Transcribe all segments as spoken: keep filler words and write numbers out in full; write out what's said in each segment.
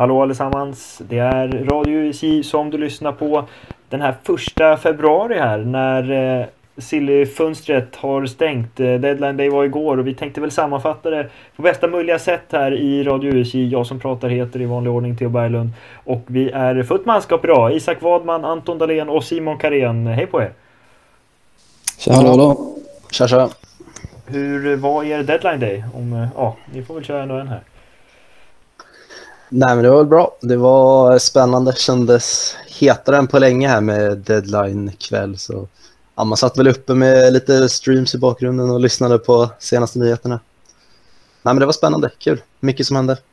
Hallå allesammans, det är Radio U S J som du lyssnar på den här första februari här när eh, Silly-fönstret har stängt. Eh, deadline day var igår och vi tänkte väl sammanfatta det på bästa möjliga sätt här i Radio U S J. Jag som pratar heter i vanlig ordning Theo Berglund och vi är fullt manskap idag. Isak Wadman, Anton Dahlén och Simon Karén. Hej på er! Tja, hallå, hallå. Tja, tja. Hur var er deadline day? Om, eh, ja, ni får väl köra en och en här. Nej, men det var väl bra. Det var spännande. Kändes hetare än på länge här med deadline kväll. Så ja, man satt väl uppe med lite streams i bakgrunden och lyssnade på senaste nyheterna. Nej, men det var spännande. Kul. Mycket som hände.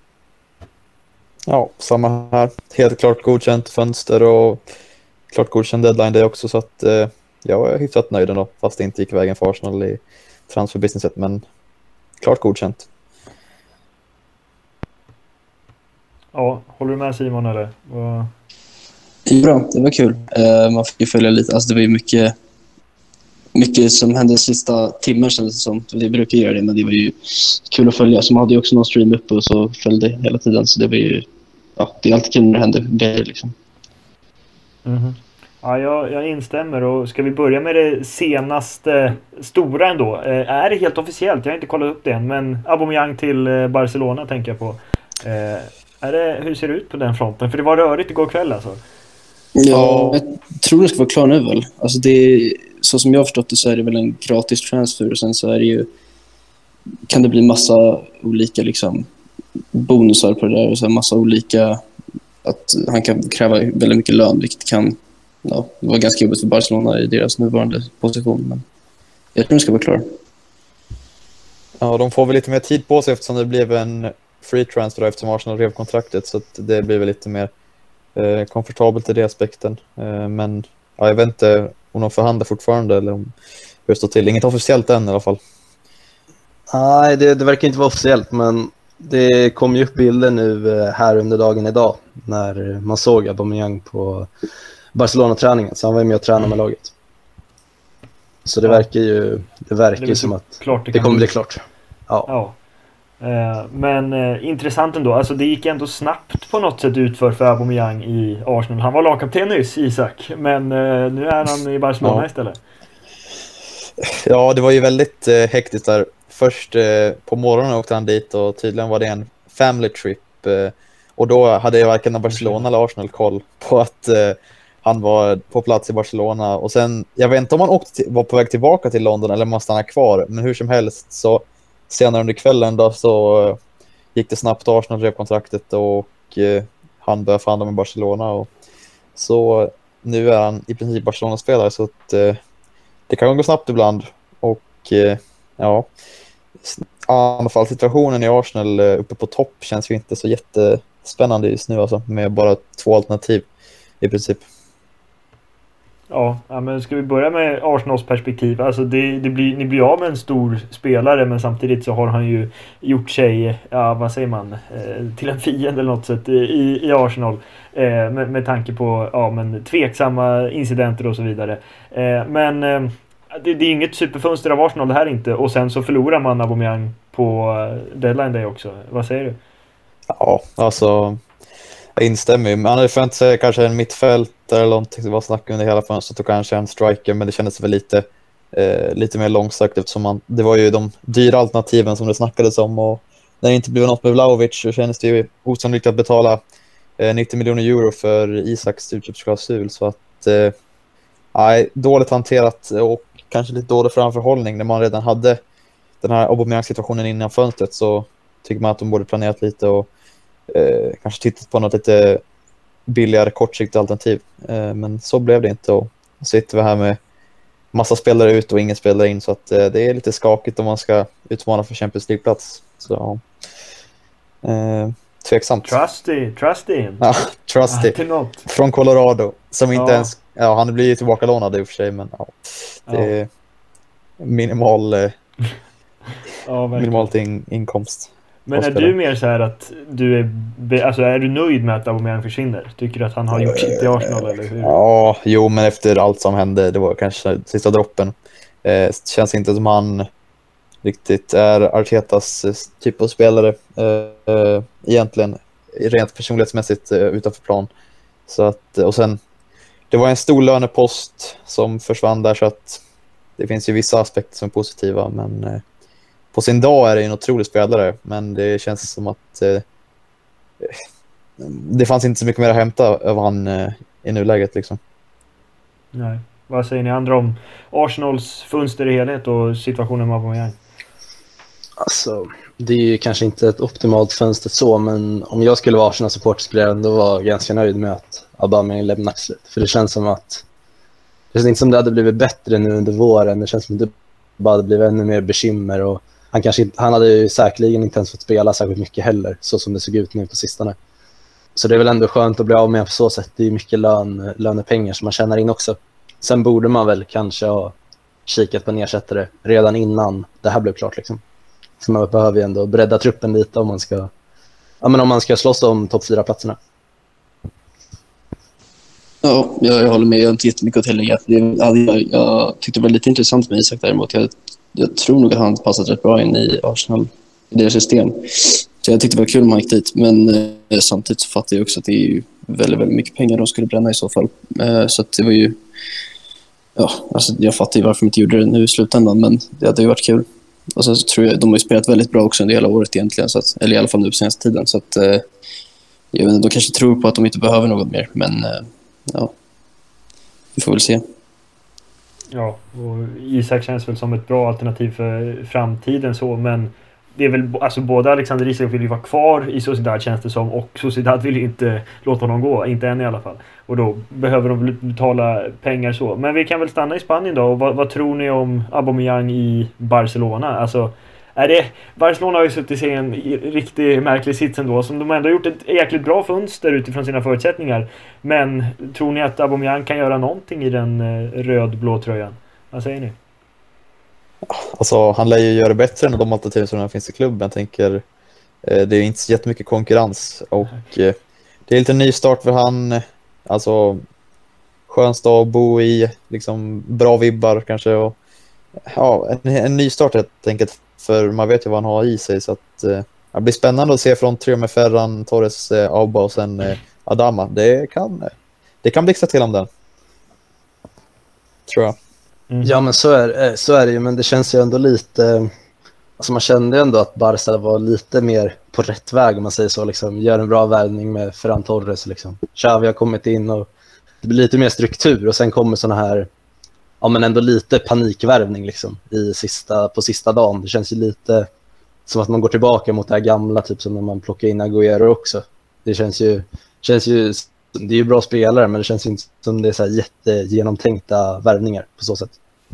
Ja, samma här. Helt klart godkänt fönster och klart godkänt deadline day också. Så att eh, jag är hyfsat nöjd ändå. Fast det inte gick vägen för Arsenal i transferbusinesset. Men klart godkänt. Ja, håller du med Simon eller? Vad... Det var bra, det var kul. Uh, man fick ju följa lite, alltså det var ju mycket mycket som hände sista timmen kändes det som. Vi brukar göra det, men det var ju kul att följa. Så man hade ju också någon stream uppe och så följde hela tiden. Så det var ju, ja, det är alltid kul när det händer grejer liksom. Mm-hmm. Ja, jag, jag instämmer och ska vi börja med det senaste stora ändå. Eh, är det helt officiellt? Jag har inte kollat upp det än, men Aubameyang till eh, Barcelona tänker jag på. Eh, Är det, hur ser det ut på den fronten? För det var rörigt igår kväll alltså. Ja, jag tror det ska vara klar nu väl. Alltså det är, så som jag har förstått det så är det väl en gratis transfer. Och sen så är det ju, kan det bli massa olika liksom bonusar på det där. Och så massa olika, att han kan kräva väldigt mycket lön. Vilket kan, ja, vara ganska jobbigt för Barcelona i deras nuvarande position. Men jag tror det ska vara klar. Ja, de får väl lite mer tid på sig eftersom det blev en free transfer eftersom Arsenal rev kontraktet, så att det blir väl lite mer eh, komfortabelt i det aspekten. Eh, men ja, jag vet inte om de förhandlar fortfarande eller om hur det står till. Inget officiellt än i alla fall. Nej, det, det verkar inte vara officiellt, men det kom ju upp bilder nu här under dagen idag när man såg Aubameyang på Barcelona-träningen. Så han var ju med och tränade med laget. Så det ja. verkar ju det verkar det som att klart det, det kommer bli klart. Ja. ja. Eh, men eh, intressant ändå. Alltså det gick ändå snabbt på något sätt utför för Aubameyang i Arsenal. Han var lagkapten nyss, Isak. Men eh, nu är han i Barcelona ja. istället. Ja, det var ju väldigt eh, hektiskt där. Först eh, på morgonen åkte han dit och tydligen var det en family trip. Eh, och då hade jag varken Barcelona eller Arsenal koll på att eh, han var på plats i Barcelona. Och sen, jag vet inte om han åkte till, var på väg tillbaka till London eller om han stannade kvar. Men hur som helst så senare under kvällen då så uh, gick det snabbt. Arsenal rev kontraktet och uh, han började förhandla med Barcelona. Och så uh, nu är han i princip Barcelona-spelare så att uh, det kan gå snabbt ibland. Och uh, ja, anfallssituationen i Arsenal uh, uppe på topp känns ju inte så jättespännande just nu alltså, med bara två alternativ i princip. Ja, men ska vi börja med Arsenals perspektiv? Alltså det, det blir, ni blir av med en stor spelare, men samtidigt så har han ju gjort sig, ja vad säger man, eh, till en fiende eller något sätt i, i Arsenal. Eh, med, med tanke på ja, men tveksamma incidenter och så vidare. Eh, men eh, det, det är inget superfönster av Arsenal det här inte. Och sen så förlorar man Aubameyang på deadline day också. Vad säger du? Ja, alltså... Jag instämmer ju, men han hade för inte säga kanske en mittfältare eller någonting som var snack under hela fönstret och kanske en striker, men det kändes väl lite, eh, lite mer långsökt eftersom man, det var ju de dyra alternativen som det snackades om och när det inte blev något med Vlahovic så kändes det ju osannolikt att betala eh, nittio miljoner euro för Isaks utköpsklausul så att eh, nej, dåligt hanterat och kanske lite dålig framförhållning när man redan hade den här Aubameyang-situationen innan fönstret så tycker man att de borde planerat lite och Eh, kanske tittat på något lite billigare kortsiktigt alternativ eh, men så blev det inte och så sitter vi här med massa spelare ut och ingen spelare in så att eh, det är lite skakigt om man ska utmana för Champions League-plats så eh, tveksamt. Trusty, Trusty ja, Trusty från Colorado som inte ja. ens, ja han blir ju tillbaka lånad i och för sig men ja, det är ja. minimal eh, ja, minimalt in, inkomst. Men är du mer så här att du är, alltså är du nöjd med att Aubameyang försvinner? Tycker du att han har gjort sitt i Arsenal eller hur? Ja, jo men efter allt som hände, det var kanske sista droppen. Eh, känns inte som han riktigt är Artetas typ av spelare eh, egentligen. rent personlighetsmässigt uh, utanför plan. Så att, och sen, det var en stor lönepost som försvann där, så att det finns ju vissa aspekter som är positiva, men uh, på sin dag är det en otrolig spelare, men det känns som att uh, det fanns inte så mycket mer att hämta av han uh, i nuläget liksom. Nej. Vad säger ni andra om Arsenals fönster i helhet och situationen med Aubameyang? Alltså, det är ju kanske inte ett optimalt fönster så, men om jag skulle vara Arsenal-support skulle jag ändå vara ganska nöjd med att Aubameyang lämnar slut. För det känns som att det känns inte som det hade blivit bättre nu under våren. Det känns som att det bara hade blivit ännu mer bekymmer, och han, kanske inte, han hade ju säkerligen inte ens fått spela särskilt mycket heller, så som det såg ut nu på sistone. Så det är väl ändå skönt att bli av med på så sätt. Det är mycket lön, lönepengar som man tjänar in också. Sen borde man väl kanske ha kikat på en ersättare redan innan det här blev klart liksom. För man behöver ju ändå bredda truppen lite om man ska, ja, men om man ska slåss om topp fyra platserna. Ja, jag, jag håller med. Jag har inte jättemycket att tillägga. Det, jag, jag, jag tyckte det var lite intressant med Isak däremot. Jag, jag tror nog att han passat rätt bra in i Arsenal, i deras system. Så jag tyckte det var kul om han gick dit. Men eh, samtidigt så fattar jag också att det är ju väldigt, väldigt mycket pengar de skulle bränna i så fall. Eh, så att det var ju... Ja, alltså jag fattar ju varför de inte gjorde det nu i slutändan, men det hade ju varit kul. Och så tror jag de har ju spelat väldigt bra också under hela året egentligen, så att, eller i alla fall nu på senaste tiden. Så att eh, jag vet inte, de kanske tror på att de inte behöver något mer, men eh, ja, vi får väl se. Ja, och Isak känns väl som ett bra alternativ för framtiden så, men det är väl, alltså både Alexander Isak vill ju vara kvar i Sociedad känns det som, och Sociedad vill ju inte låta honom gå, inte än i alla fall. Och då behöver de betala pengar så. Men vi kan väl stanna i Spanien då, och vad, vad tror ni om Aubameyang i Barcelona? Alltså, är det, Barcelona har ju suttit i en riktigt märklig sits ändå, som de ändå har gjort ett jäkligt bra fönster utifrån sina förutsättningar. Men tror ni att Aubameyang kan göra någonting i den röd-blå tröjan? Vad säger ni? Alltså, han lär ju göra bättre än de alternativ som finns i klubben. Jag tänker, eh, det är inte så jättemycket konkurrens, och eh, det är lite ny start för han. Alltså, skön stad att bo i, liksom bra vibbar kanske, och ja, en, en ny start helt enkelt, för man vet ju vad han har i sig, så att eh, det blir spännande att se från trio med Ferran, Torres, eh, Auba och sen eh, Adama. Det kan, det kan blixtra till om den, tror jag. Mm. Ja, men så är, så är det ju, men det känns ju ändå lite, alltså man kände ju ändå att Barca var lite mer på rätt väg, om man säger så, liksom, gör en bra värvning med Ferran Torres liksom. Xavi har kommit in och det blir lite mer struktur, och sen kommer såna här, ja men ändå lite panikvärvning liksom i sista, på sista dagen. Det känns ju lite som att man går tillbaka mot det här gamla, typ som när man plockar in Agüero också. Det känns ju, känns ju det är ju bra spelare, men det känns inte som det är så här jättegenomtänkta värvningar på så sätt.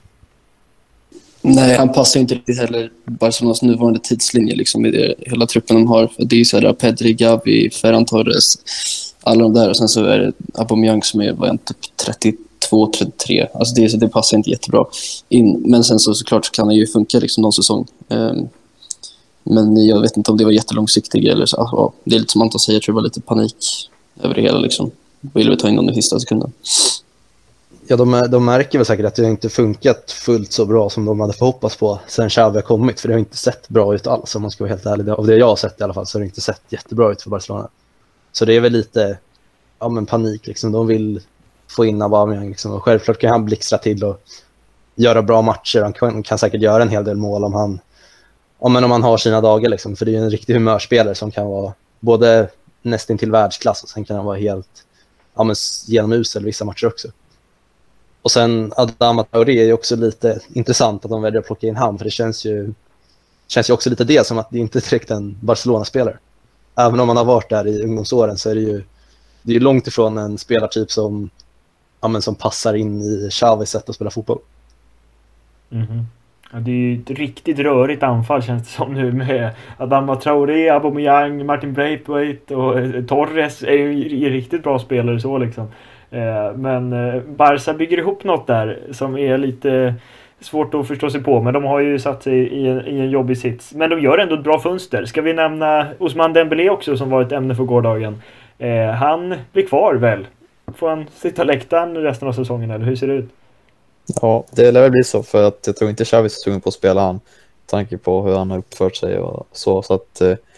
Nej, han passar inte riktigt heller Barcelonas nuvarande tidslinje liksom, i det, hela truppen de har. Det är ju så här Pedri, Gavi, Ferran Torres, alla de där, och sen så är det Aubameyang som är var typ trettiotvå trettiotre. Alltså det, det passar inte jättebra in, men sen så såklart så kan det ju funka liksom någon säsong. Um, men jag vet inte om det var jättelångsiktigt eller så. Alltså, det är lite som Anton säger, jag tror det var lite panik över det hela liksom. Vill vi ta in någon i sista sekunden? Ja, de, de märker väl säkert att det inte funkat fullt så bra som de hade förhoppats på sen Xavi har kommit, för det har inte sett bra ut alls, om man ska vara helt ärlig. Av det jag har sett i alla fall så har det inte sett jättebra ut för Barcelona. Så det är väl lite, ja men panik liksom. De vill få in Aubameyang liksom, och självklart kan han blixtra till och göra bra matcher. Han kan, kan säkert göra en hel del mål om han, om, men om han har sina dagar liksom, för det är ju en riktig humörspelare som kan vara både nästan till världsklass, och sen kan han vara helt, ja men genomusel vissa matcher också. Och sen Adama Traoré är ju också lite intressant att de väljer att plocka in han, för det känns ju känns ju också lite det som att det inte är direkt en Barcelona-spelare. Även om man har varit där i ungdomsåren så är det ju, det är ju långt ifrån en spelartyp som, ja, men som passar in i Xavis sätt att spela fotboll. Mm-hmm. Ja, det är ju ett riktigt rörigt anfall känns det som nu, med Adama Traoré, Aubameyang, Martin Braithwaite och Torres är ju riktigt bra spelare så liksom. Men Barca bygger ihop något där som är lite svårt att förstå sig på, men de har ju satt sig i en, i en jobbig sits. Men de gör ändå ett bra fönster. Ska vi nämna Ousmane Dembélé också, som var ett ämne för gårdagen. Eh, han blir kvar väl? Får han sitta läktaren resten av säsongen, eller hur ser det ut? Ja, det lär väl bli så, för att jag tror inte Xavi är sugen på att spela han, tanke på hur han har uppfört sig och så. Så att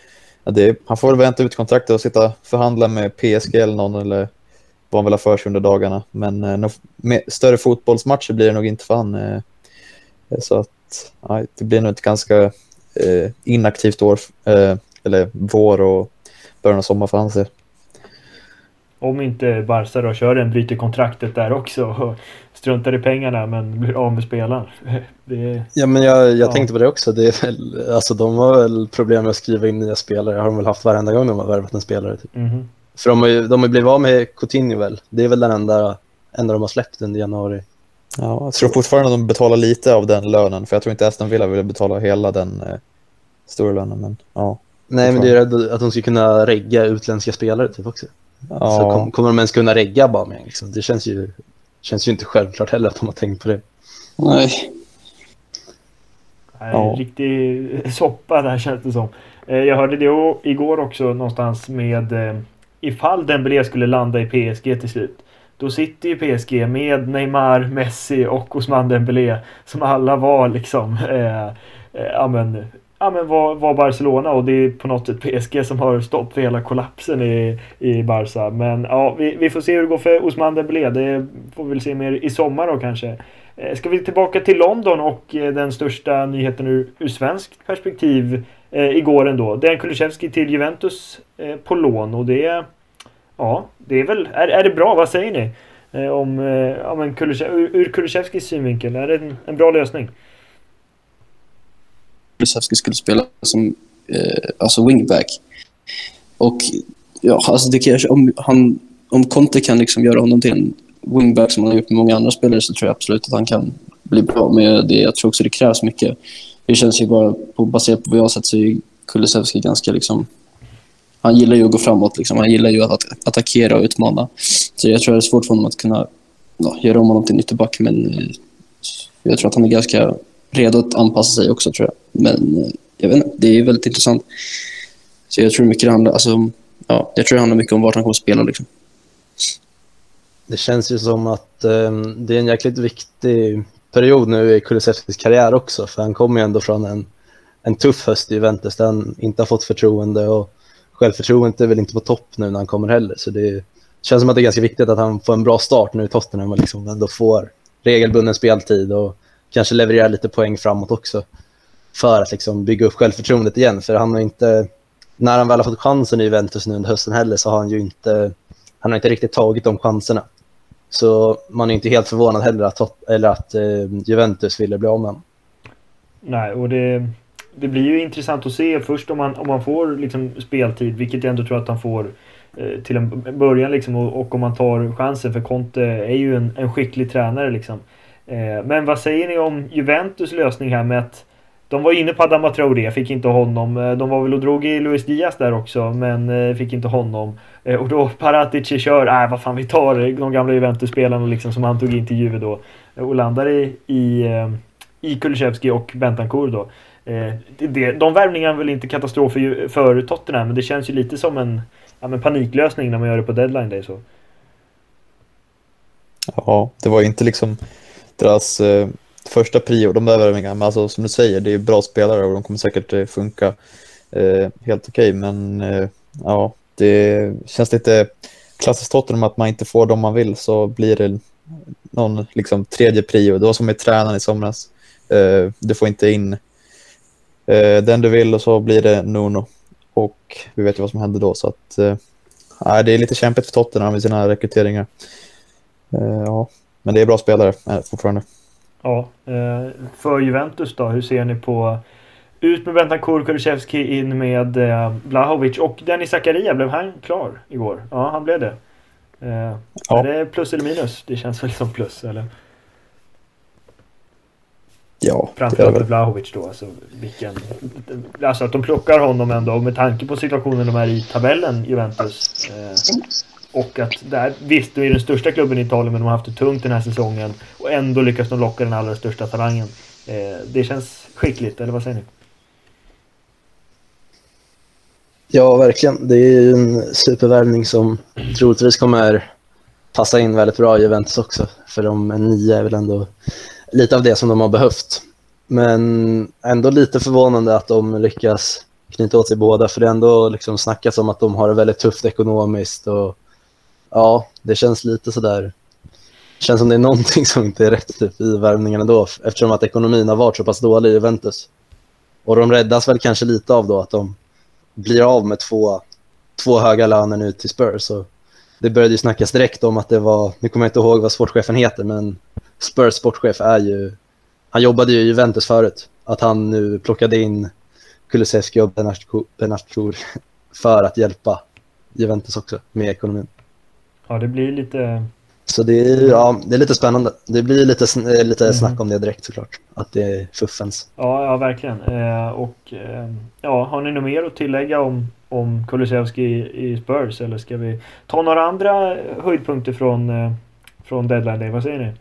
Ja, det är, han får väl vänta ut kontraktet och sitta förhandla med P S G eller någon, eller vad han vill ha för sig under dagarna. Men eh, med större fotbollsmatcher blir det nog inte för han. Eh, så att ja, det blir nog ett ganska eh, inaktivt år, eh, eller vår och början av sommar för hans del. Om inte Barca då kör en bryter kontraktet där också och struntar i pengarna men blir av med spelaren. Det, ja, men jag, jag ja. tänkte på det också. Det är väl, alltså, de har väl problem med att skriva in nya spelare. Har de väl haft varenda gång de har värvat en spelare. Typ. Mm-hmm. För de har ju de har blivit av med Coutinho väl. Det är väl den enda, enda de har släppt under januari. Ja, jag tror fortfarande att de betalar lite av den lönen. För jag tror inte Aston Villa vill betala hela den eh, stora lönen. Men, ja, Nej, men det är rädd att de ska kunna regga utländska spelare typ också. ja. Så kom, kommer de ens kunna regga bara med liksom. Det känns ju, känns ju inte självklart heller att de har tänkt på det. Nej. Nej, Ja. riktig soppa där känns det som. Jag hörde det igår också någonstans med ifall Dembélé skulle landa i P S G till slut. Då sitter ju P S G med Neymar, Messi och Ousmane Dembélé som alla var liksom eh, eh, ja men ja men var, var Barcelona, och det är på något sätt P S G som har stått för hela kollapsen i, i Barca. Men ja, vi, vi får se hur det går för Ousmane Dembélé. Det får vi väl se mer i sommar då kanske. Eh, ska vi tillbaka till London och eh, den största nyheten ur, ur svenskt perspektiv eh, igår ändå. Dejan Kulusevski till Juventus eh, på lån, och det är ja, det är väl är, är det bra, vad säger ni? Eh, om eh, ja, men Kulusevski, ur, ur Kulusevskis synvinkel, är det en, en bra lösning? Kulusevski skulle spela som eh, alltså wingback. Och ja, alltså det kan, om, han, om Conte kan liksom göra honom till en wingback som han har gjort med många andra spelare, så tror jag absolut att han kan bli bra med det. Jag tror också det krävs mycket. Det känns ju bara, på, baserat på vad jag har sett, så är Kulusevski ganska liksom, han gillar ju att gå framåt liksom. Han gillar ju att attackera och utmana. Så jag tror det är svårt för honom att kunna ja, göra om honom till nytterback, men eh, jag tror att han är ganska redo att anpassa sig också, tror jag. Men jag vet inte, det är väldigt intressant. Så jag tror mycket det handlar, alltså, ja, jag tror det handlar mycket om vart han kommer att spela liksom. Det känns ju som att um, det är en jäkligt viktig period nu i Kulusevskis karriär också, för han kommer ju ändå från en, en tuff höst i Juventus där han inte har fått förtroende, och självförtroendet är väl inte på topp nu när han kommer heller. Så det känns som att det är ganska viktigt att han får en bra start nu i Tottenham och liksom ändå får regelbunden speltid och kanske levererar lite poäng framåt också för att liksom bygga upp självförtroendet igen. För han har inte, när han väl har fått chansen i Juventus nu under hösten heller, så har han ju inte, han har inte riktigt tagit de chanserna. Så man är inte helt förvånad heller att, eller att eh, Juventus ville bli av med honom. Nej, och det, det blir ju intressant att se först om man, om man får liksom speltid, vilket jag ändå tror att han får eh, till en början liksom, och, och om man tar chansen, för Conte är ju en, en skicklig tränare liksom. Eh, men vad säger ni om Juventus lösning här med att de var inne på Adama Traoré, fick inte honom. De var väl och drog i Luis Diaz där också, men fick inte honom. Och då Paratici kör, nej äh, vad fan, vi tar de gamla Juventus-spelarna liksom, som han tog in till Juve då. Och landar i, i, i Kulusevski och Bentancur då. Det, de värvningarna är väl inte katastrof för, för Tottenham, men det känns ju lite som en, ja, men paniklösning när man gör det på deadline day så. Ja, det var inte liksom deras eh, första prio, de där värvningarna, men alltså som du säger, det är bra spelare och de kommer säkert eh, funka eh, helt okej, men eh, ja, det känns lite klassiskt Tottenham att man inte får dem man vill, så blir det någon liksom tredje prio. Det var som med tränaren i somras, eh, du får inte in eh, den du vill, och så blir det Nuno, och vi vet ju vad som hände då, så att eh, det är lite kämpigt för Tottenham med sina rekryteringar. Eh, ja, men det är bra spelare eh, fortfarande. Ja, för Juventus då, hur ser ni på ut med Bentancur, Kulusevski, in med Vlahovic och Denis Zakaria, blev han klar igår? Ja, han blev det. Ja. Är det plus eller minus? Det känns väl som plus, eller? Ja, framförallt för Vlahovic då, alltså, vilken, alltså att de plockar honom ändå med tanke på situationen de är i tabellen, Juventus. Eh, och att där, visst, de är den största klubben i Italien, men de har haft det tungt den här säsongen och ändå lyckas de locka den allra största talangen. Eh, det känns skickligt, eller vad säger ni? Ja, verkligen. Det är en supervärvning som troligtvis kommer passa in väldigt bra i Juventus också. För de nio är väl ändå lite av det som de har behövt. Men ändå lite förvånande att de lyckas knyta åt sig båda, för det är ändå liksom snackas om att de har det väldigt tufft ekonomiskt och ja, det känns lite sådär. Det känns som det är någonting som inte är rätt typ, i värvningarna då, eftersom att ekonomin har varit så pass dålig i Juventus. Och de räddas väl kanske lite av då att de blir av med två, två höga löner nu till Spurs. Så det började ju snackas direkt om att det var, nu kommer jag inte ihåg vad sportchefen heter, men Spurs sportchef är ju, han jobbade ju i Juventus förut. Att han nu plockade in Kulusevski och Benachour för att hjälpa Juventus också med ekonomin. Ja, det blir lite... Så det är, ja, det är lite spännande. Det blir lite, lite mm. snack om det direkt såklart. Att det är fuffens. Ja, ja verkligen. Eh, och eh, ja, har ni något mer att tillägga om, om Kulusevski i, i Spurs? Eller ska vi ta några andra höjdpunkter från, eh, från Deadline Day? Vad säger ni?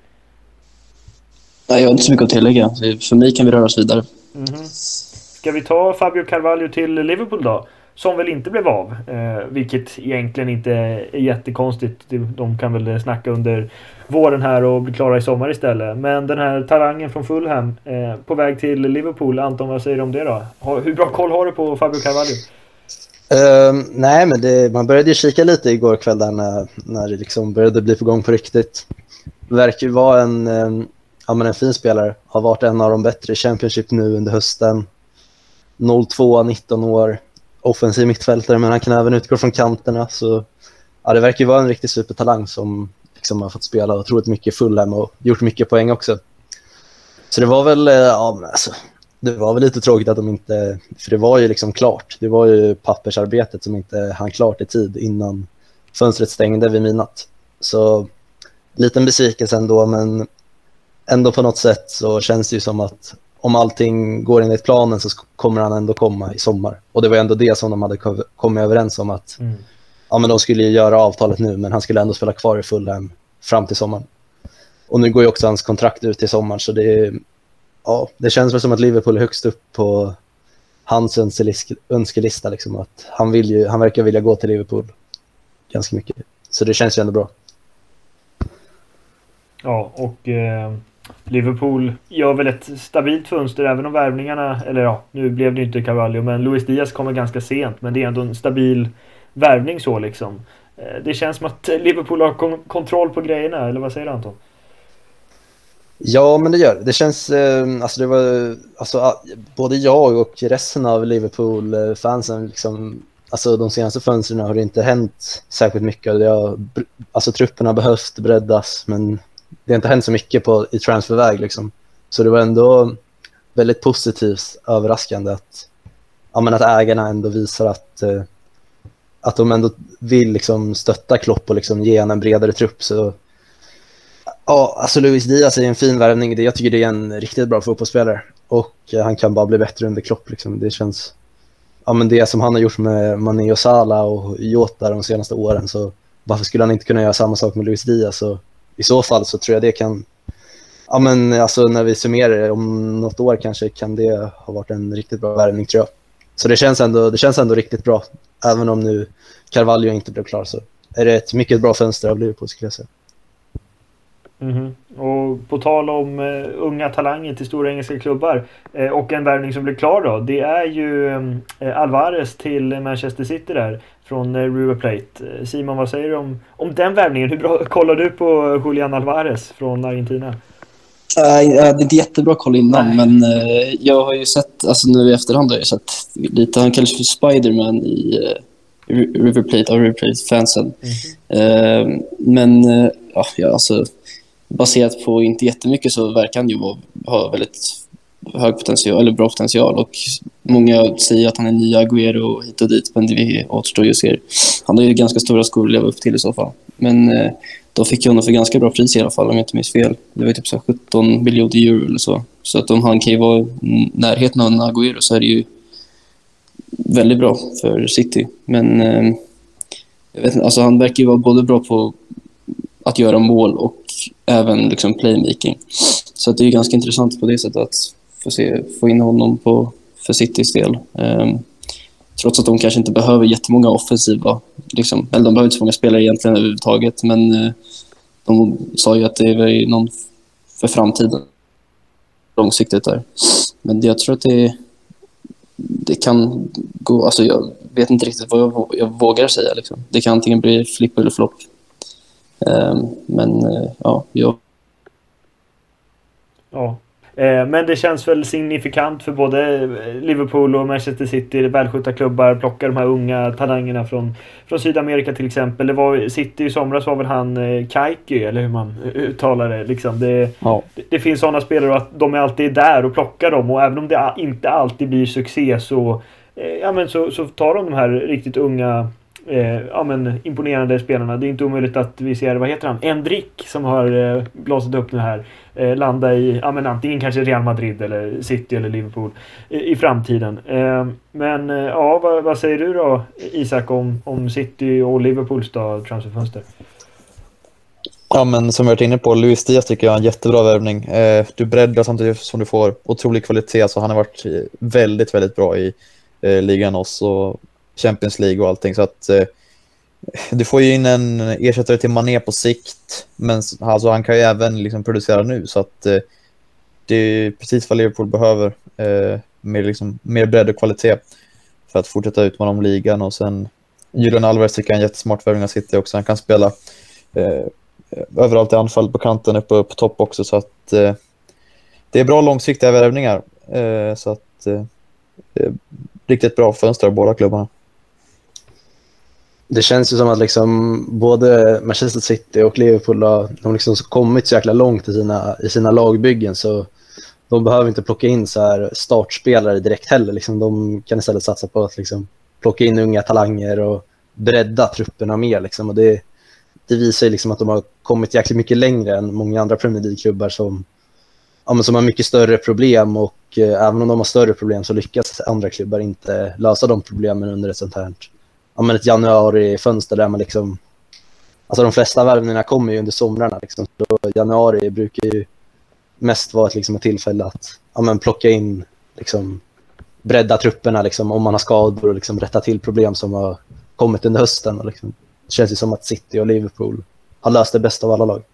Nej, jag har inte så mycket att tillägga. För mig kan vi röra oss vidare. Mm-hmm. Ska vi ta Fabio Carvalho till Liverpool då? Som väl inte blev av, eh, vilket egentligen inte är jättekonstigt. De kan väl snacka under våren här och bli klara i sommar istället. Men den här talangen från Fulham eh, på väg till Liverpool, Anton, vad säger du om det då? Hur bra koll har du på Fabio Carvalho? Uh, nej, men det, man började ju kika lite igår kväll där när, när det liksom började bli på gång på riktigt. Verkar ju vara en, um, ja, men en fin spelare. Har varit en av de bättre i Championship nu under hösten. noll två, nitton år. Offensiv mittfältare, men han kan även utgå från kanterna. Så ja, det verkar ju vara en riktig supertalang som liksom har fått spela otroligt mycket Fulham och gjort mycket poäng också. Så det var väl, ja, men alltså, det var väl lite tråkigt att de inte, för det var ju liksom klart. Det var ju pappersarbetet som inte hann klart i tid innan fönstret stängde vid midnatt. Så liten besvikelse ändå, men ändå på något sätt så känns det ju som att om allting går enligt planen så kommer han ändå komma i sommar. Och det var ändå det som de hade kommit överens om att mm. ja, men de skulle ju göra avtalet nu, men han skulle ändå spela kvar i Fulham fram till sommaren. Och nu går ju också hans kontrakt ut i sommar, så det, ja, det känns väl som att Liverpool är högst upp på hans önskelista. Liksom, att han, vill ju, han verkar vilja gå till Liverpool ganska mycket. Så det känns ju ändå bra. Ja, och... Eh... Liverpool gör väl ett stabilt fönster även om värvningarna, eller ja, nu blev det inte Carvalho, men Luis Diaz kommer ganska sent, men det är ändå en stabil värvning så liksom. Det känns som att Liverpool har kon- kontroll på grejerna, eller vad säger du, Anton? Ja, men det gör det. Det känns, eh, alltså det var, alltså både jag och resten av Liverpool-fansen liksom, alltså de senaste fönstren har det inte hänt särskilt mycket. Det har, alltså trupperna har behövt breddas, men det har inte hänt så mycket på, i transferväg liksom. Så det var ändå väldigt positivt överraskande att, ja, men att ägarna ändå visar att, eh, att de ändå vill liksom stötta Klopp och liksom ge en bredare trupp. Så ja, alltså Luis Diaz är en fin värvning. Jag tycker det är en riktigt bra fotbollsspelare. Och eh, han kan bara bli bättre under Klopp liksom. Det känns, ja, men det som han har gjort med Mané och Salah och Jota de senaste åren, så varför skulle han inte kunna göra samma sak med Luis Diaz? Så i så fall så tror jag det kan, ja, men alltså när vi summerar det, om något år kanske kan det ha varit en riktigt bra värvning, tror jag. Så det känns ändå, det känns ändå riktigt bra. Även om nu Carvalho inte blev klar, så är det ett mycket bra fönster av Liverpool, skulle jag säga. Mm-hmm. Och på tal om uh, unga talanger till stora engelska klubbar uh, och en värvning som blev klar då, det är ju uh, Alvarez till Manchester City där från uh, River Plate. Uh, Simon, vad säger du om, om den värvningen? Hur bra kollar du på Julian Alvarez från Argentina? Uh, det är inte jättebra koll innan, Nej. men uh, jag har ju sett, alltså nu i efterhand har jag sett lite, han kallas för Spiderman i uh, River Plate av River Plate-fansen. Mm-hmm. Uh, men uh, ja, alltså baserat på inte jättemycket så verkar han ju ha väldigt hög potential, eller bra potential, och många säger att han är nya Agüero hit och dit, men det återstår ju att se. Han har ju ganska stora skor att leva upp till i så fall, men eh, då fick jag honom för ganska bra pris i alla fall, om jag inte minns fel. Det var typ så sjutton miljoner euro eller så, så att om han kan ju vara i närheten av en Agüero så är det ju väldigt bra för City. Men eh, jag vet inte, alltså han verkar ju vara både bra på att göra mål och även liksom playmaking. Så det är ju ganska intressant på det sättet att få, se, få in honom på, för Citys del. Um, trots att de kanske inte behöver jättemånga offensiva, liksom, eller de behöver inte så många spelare egentligen överhuvudtaget, men uh, de sa ju att det är någon för framtiden långsiktigt där. Men jag tror att det är, det kan gå, alltså jag vet inte riktigt vad jag, jag vågar säga liksom. Det kan antingen bli flipp eller flopp. Um, men uh, ja, jag Ja. Eh, men det känns väl signifikant för både Liverpool och Manchester City, välskötta klubbar, plockar de här unga talangerna från, från Sydamerika till exempel. Det var City i somras var väl han eh, Kaiky, eller hur man uttalar det liksom. Det, Ja. det, det finns sådana spelare att de är alltid där och plockar dem, och även om det inte alltid blir succé så, eh, ja, men så, så tar de de här riktigt unga Eh, ja, men imponerande spelarna. Det är inte omöjligt att vi ser, vad heter han? Endrick som har eh, blåsat upp nu här. Eh, landa i, ja, men antingen kanske Real Madrid eller City eller Liverpool i, i framtiden. Eh, men eh, ja, vad, vad säger du då, Isak, om, om City och Liverpools då, transferfönster? Ja, men som jag varit inne på, Luis Diaz tycker jag är en jättebra värvning. Eh, du breddar samtidigt som du får otrolig kvalitet, så han har varit väldigt, väldigt bra i eh, ligan också, och Champions League och allting, så att eh, du får ju in en ersättare till Mané på sikt, men alltså, han kan ju även liksom producera nu, så att eh, det är precis vad Liverpool behöver, eh, med liksom mer bredd och kvalitet för att fortsätta utmana om ligan. Och sen Julian Alvarez tycker jag är en jättesmart värvning av City också. Han kan spela eh, överallt i anfall, på kanten, uppe på topp också, så att eh, det är bra långsiktiga värvningar, eh, så att eh, riktigt bra fönster av båda klubbarna. Det känns ju som att liksom både Manchester City och Liverpool har de liksom kommit så jäkla långt i sina, i sina lagbyggen, så de behöver inte plocka in så här startspelare direkt heller. Liksom, de kan istället satsa på att liksom plocka in unga talanger och bredda trupperna mer. Liksom. Och det, det visar ju liksom att de har kommit jäkligt mycket längre än många andra Premier League-klubbar som, ja, men som har mycket större problem, och eh, även om de har större problem så lyckas andra klubbar inte lösa de problemen under ett sånt här, ja, men ett januari-fönster där man liksom, alltså de flesta värvningarna kommer ju under somrarna liksom, så januari brukar ju mest vara ett, liksom, ett tillfälle att, ja, men plocka in liksom, bredda trupperna liksom, om man har skador, och liksom rätta till problem som har kommit under hösten, och liksom, det känns ju som att City och Liverpool har löst det bästa av alla lag.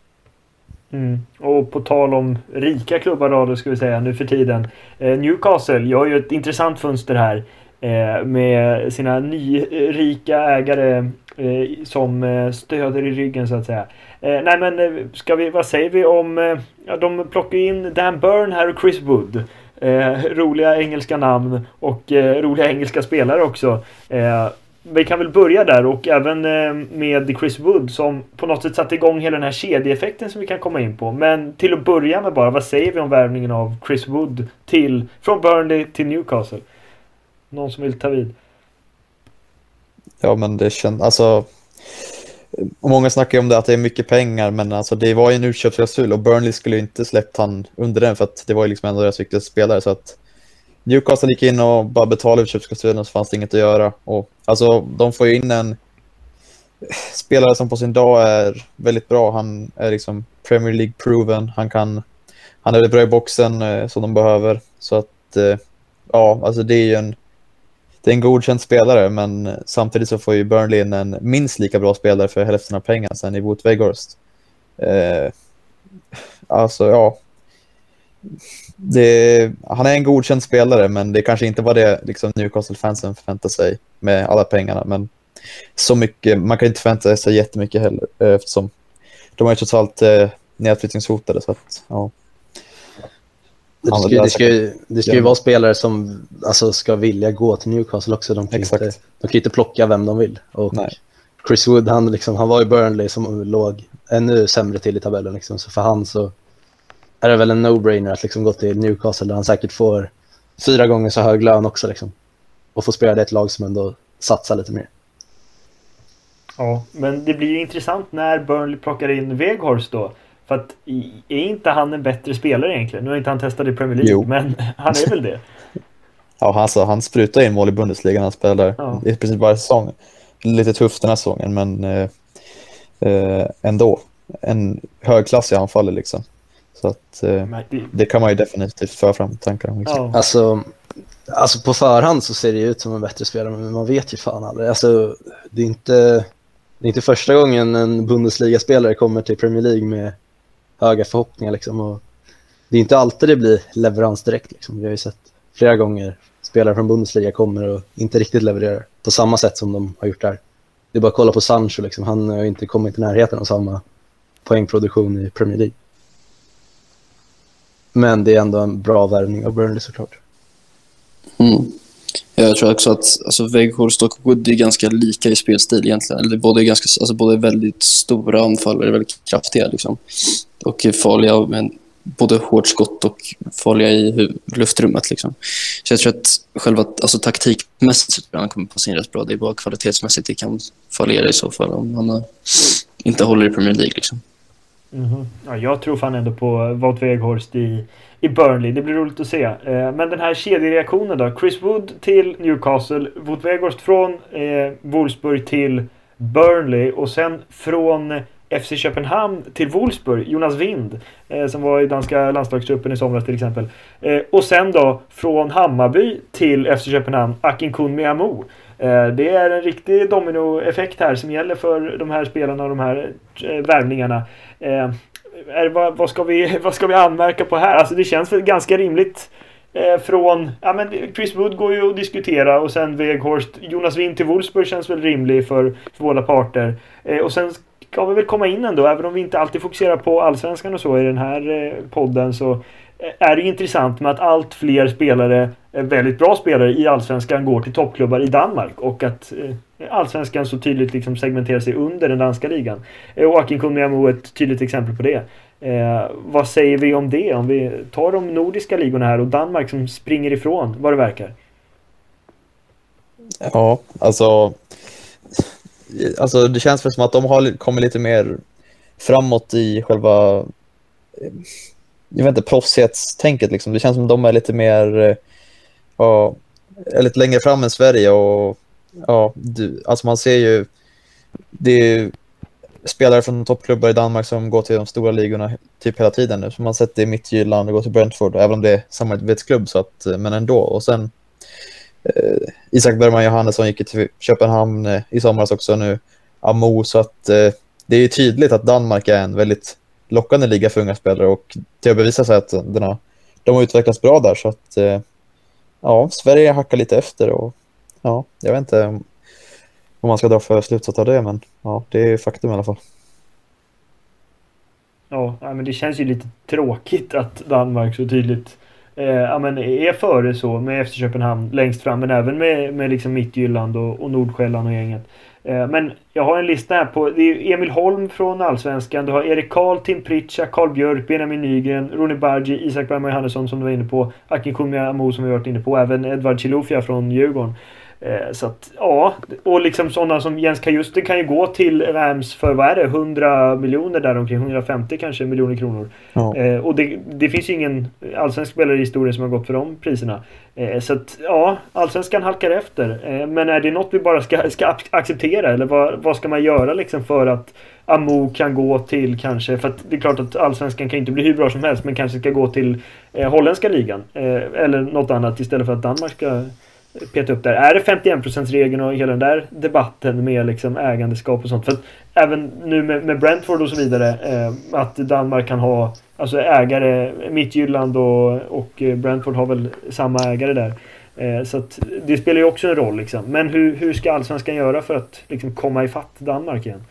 Mm. Och på tal om rika klubbar då, då ska vi säga nu för tiden, eh, Newcastle gör ju ett intressant fönster här eh, med sina nyrika ägare eh, som eh, stöder i ryggen, så att säga. Eh, nej men eh, ska vi, vad säger vi om eh, ja, de plockar in Dan Burn här och Chris Wood. Eh, roliga engelska namn och eh, roliga engelska spelare också. Eh, Vi kan väl börja där, och även med Chris Wood som på något sätt satte igång hela den här kedjeeffekten som vi kan komma in på. Men till att börja med bara, vad säger vi om värvningen av Chris Wood till, från Burnley till Newcastle? Någon som vill ta vid? Ja, men det känns, alltså, och många snackar ju om det, att det är mycket pengar, men alltså det var ju en utköpsklausul och Burnley skulle ju inte släppt han under den, för att det var ju liksom en av deras viktigaste spelare, så att Newcastle gick in och bara betalade utköpsklausulen, och så fanns det inget att göra. Och alltså, de får ju in en spelare som på sin dag är väldigt bra. Han är liksom Premier League proven. Han kan, han är väldigt bra i boxen eh, som de behöver. Så att eh, ja, alltså det är ju en det är en godkänd spelare, men samtidigt så får ju Burnley in en minst lika bra spelare för hälften av pengarna sen i Wout Weghorst. Eh, alltså ja. Det, han är en godkänd spelare, men det kanske inte var det liksom Newcastle-fansen förväntar sig med alla pengarna, men så mycket, man kan inte förvänta sig jättemycket heller, eftersom de är trots allt eh, nedflyttningshotade, så att ja. Det ska, det ska, ju, det ska ju vara spelare som alltså, ska vilja gå till Newcastle också. De kan, inte, de kan inte plocka vem de vill. Och Nej. Chris Wood, han, liksom, han var i Burnley som låg ännu sämre till i tabellen. Liksom. Så för han så är det väl en no-brainer att liksom, gå till Newcastle, där han säkert får fyra gånger så hög lön också. Liksom. Och få spela det ett lag som ändå satsar lite mer. Ja, men det blir ju intressant när Burnley plockar in Weghorst då. För att är inte han en bättre spelare egentligen? Nu har inte han testat i Premier League, jo. Men han är väl det. Ja, alltså, han sprutar in mål i Bundesliga när han spelar. Ja. Det är precis varje säsong. Lite tufft den här säsongen, men eh, eh, ändå. En högklassig anfall liksom. Så att eh, det... det kan man ju definitivt föra fram tankar om. Liksom. Ja. Alltså, alltså på förhand så ser det ut som en bättre spelare, men man vet ju fan aldrig. Alltså, det är inte, det är inte första gången en Bundesliga-spelare kommer till Premier League med höga förhoppningar liksom, och det är inte alltid det blir leverans direkt liksom. Vi har ju sett flera gånger spelare från Bundesliga kommer och inte riktigt levererar på samma sätt som de har gjort där. Det är bara att kolla på Sancho, liksom. Han har inte kommit i närheten av samma poängproduktion i Premier League. Men det är ändå en bra värvning av Burnley såklart. Mm. Jag tror också att alltså, Weghorst och Wood är ganska lika i spelstil egentligen. Eller båda är ganska, alltså, båda är väldigt stora anfallare, väldigt kraftiga liksom. Och farliga, men både hårt skott och farliga i hu- luftrummet liksom. Så jag tror att själva alltså, taktikmässigt så tror jag han kommer passa in rätt bra. Det är bara kvalitetsmässigt det kan fallera i så fall om han uh, inte håller i Premier League liksom. Mm-hmm. Ja, jag tror fan ändå på Wout Weghorst i, i Burnley. Det blir roligt att se. Eh, men den här kedjereaktionen då. Chris Wood till Newcastle. Wout Weghorst från eh, Wolfsburg till Burnley. Och sen från F C Köpenhamn till Wolfsburg. Jonas Wind. Eh, som var i danska landslagstruppen i somras till exempel. Eh, och sen då från Hammarby till F C Köpenhamn. Akinkunmi Mehamou. Eh, det är en riktig dominoeffekt här som gäller för de här spelarna och de här eh, värvningarna. Eh, är, vad, vad, ska vi, vad ska vi anmärka på här? Alltså det känns väl ganska rimligt eh, från, ja men Chris Wood går ju att diskutera och sen Weghorst, Jonas Wind till Wolfsburg känns väl rimlig för, för båda parter. Eh, och sen ska vi väl komma in ändå, även om vi inte alltid fokuserar på allsvenskan och så i den här eh, podden, så är det intressant med att allt fler spelare, väldigt bra spelare i allsvenskan, går till toppklubbar i Danmark och att eh, allsvenskan så tydligt liksom segmenterar sig under den danska ligan. Eh, och Akinkunmi Mehamou är ett tydligt exempel på det. Eh, vad säger vi om det? Om vi tar de nordiska ligorna här och Danmark som springer ifrån vad det verkar. Ja, alltså, alltså det känns väl som att de har kommit lite mer framåt i själva, jag vet inte, proffsighetstänket liksom. Det känns som att de är lite mer, ja, är lite längre fram än Sverige och ja, du, alltså man ser ju, det är spelare från toppklubbar i Danmark som går till de stora ligorna typ hela tiden nu. Så man har sett det i Midtjylland och går till Brentford, även om det är samarbetsklubb, så att, men ändå. Och sen eh, Isak Bergman Johannesson gick till Köpenhamn eh, i somras också nu, Amo, så att eh, det är ju tydligt att Danmark är en väldigt lockande liga för unga spelare och till att bevisa sig att den har, de har utvecklats bra där, så att eh, ja, Sverige hackar lite efter och ja, jag vet inte om, om man ska dra för slutsats av det, men ja, det är faktum i alla fall. Ja, men det känns ju lite tråkigt att Danmark så tydligt eh, ja, men är före så med F C Köpenhamn längst fram, men även med, med liksom Midtjylland och, och Nordsjälland och gänget. Eh, men jag har en lista här på, det är Emil Holm från Allsvenskan, du har Erik Karl, Tim Pritchard, Carl Björk, Benjamin Nygren, Ronny Bargi, Isak Bergman Johannesson som du var inne på, Akinkunmi Mehamou som vi har varit inne på, även Edvard Chilufya från Djurgården. Eh, så att, ja, och liksom sådana som Jens Kajuste kan ju gå till Rams för, vad är det, hundra miljoner där omkring, hundrafemtio kanske miljoner kronor. Ja. Eh, och det, det finns ju ingen allsvensk spelare i historien som har gått för de priserna. Eh, så att, ja, allsvenskan halkar efter. Eh, men är det något vi bara ska, ska acceptera, eller vad, vad ska man göra liksom för att Amo kan gå till kanske, för att det är klart att allsvenskan kan inte bli hur bra som helst, men kanske ska gå till eh, holländska ligan eh, eller något annat istället för att Danmark ska peta upp där. Är det femtioen procent-regeln och hela den där debatten med liksom ägandeskap och sånt? För att även nu med, med Brentford och så vidare, eh, att Danmark kan ha alltså ägare, Midtjylland och, och Brentford har väl samma ägare där. Eh, så att det spelar ju också en roll liksom. Men hur, hur ska allsvenskan göra för att liksom komma ifatt Danmark igen?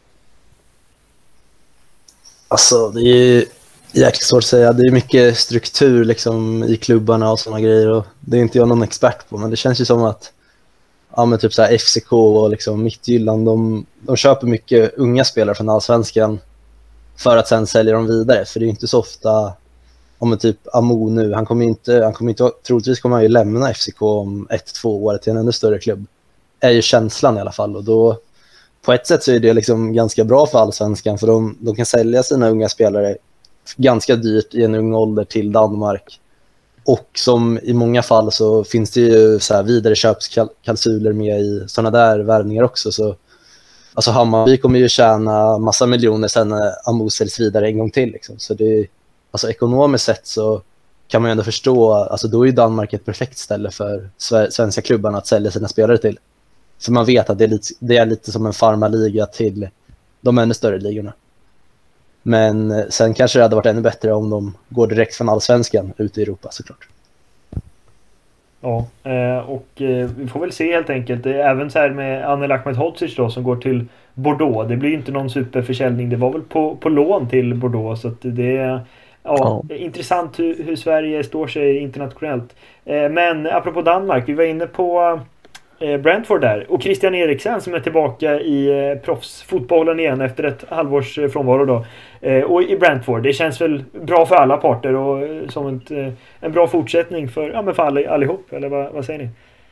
Alltså, det är ju jäkligt svårt att säga. Det är mycket struktur liksom i klubbarna och såna grejer, och det är inte jag någon expert på, men det känns ju som att ja, men typ så här F C K och liksom Midtjylland, de, de köper mycket unga spelare från Allsvenskan för att sen sälja dem vidare, för det är inte så ofta, om en typ Amo nu, han kommer inte, han kommer inte, troligtvis kommer han ju lämna F C K om ett, två år till en ännu större klubb, är ju känslan i alla fall, och då på ett sätt så är det liksom ganska bra för Allsvenskan, för de, de kan sälja sina unga spelare ganska dyrt i en ung ålder till Danmark, och som i många fall så finns det ju så här vidare köpskalkyler med i sådana där värvningar också, så alltså Hammarby kommer ju tjäna massa miljoner sen när Amo säljs vidare en gång till liksom. Så det, alltså ekonomiskt sett så kan man ju ändå förstå, alltså då är ju Danmark ett perfekt ställe för svenska klubbarna att sälja sina spelare till, för man vet att det är lite, det är lite som en farmarliga till de ännu större ligorna. Men sen kanske det hade varit ännu bättre om de går direkt från Allsvenskan ut i Europa, såklart. Ja, eh, och eh, vi får väl se helt enkelt. Det är även så här med Anel Ahmedhodzic då som går till Bordeaux. Det blir ju inte någon superförsäljning. Det var väl på, på lån till Bordeaux, så att det är ja, Ja. intressant hur, hur Sverige står sig internationellt. Eh, men apropå Danmark, vi var inne på eh, Brentford där. Och Christian Eriksen som är tillbaka i eh, proffsfotbollen igen efter ett halvårs eh, frånvaro då. Eh, och i Brentford. Det känns väl bra för alla parter och eh, som ett, eh, en bra fortsättning för, ja, men för all, allihop. Eller vad, vad säger ni?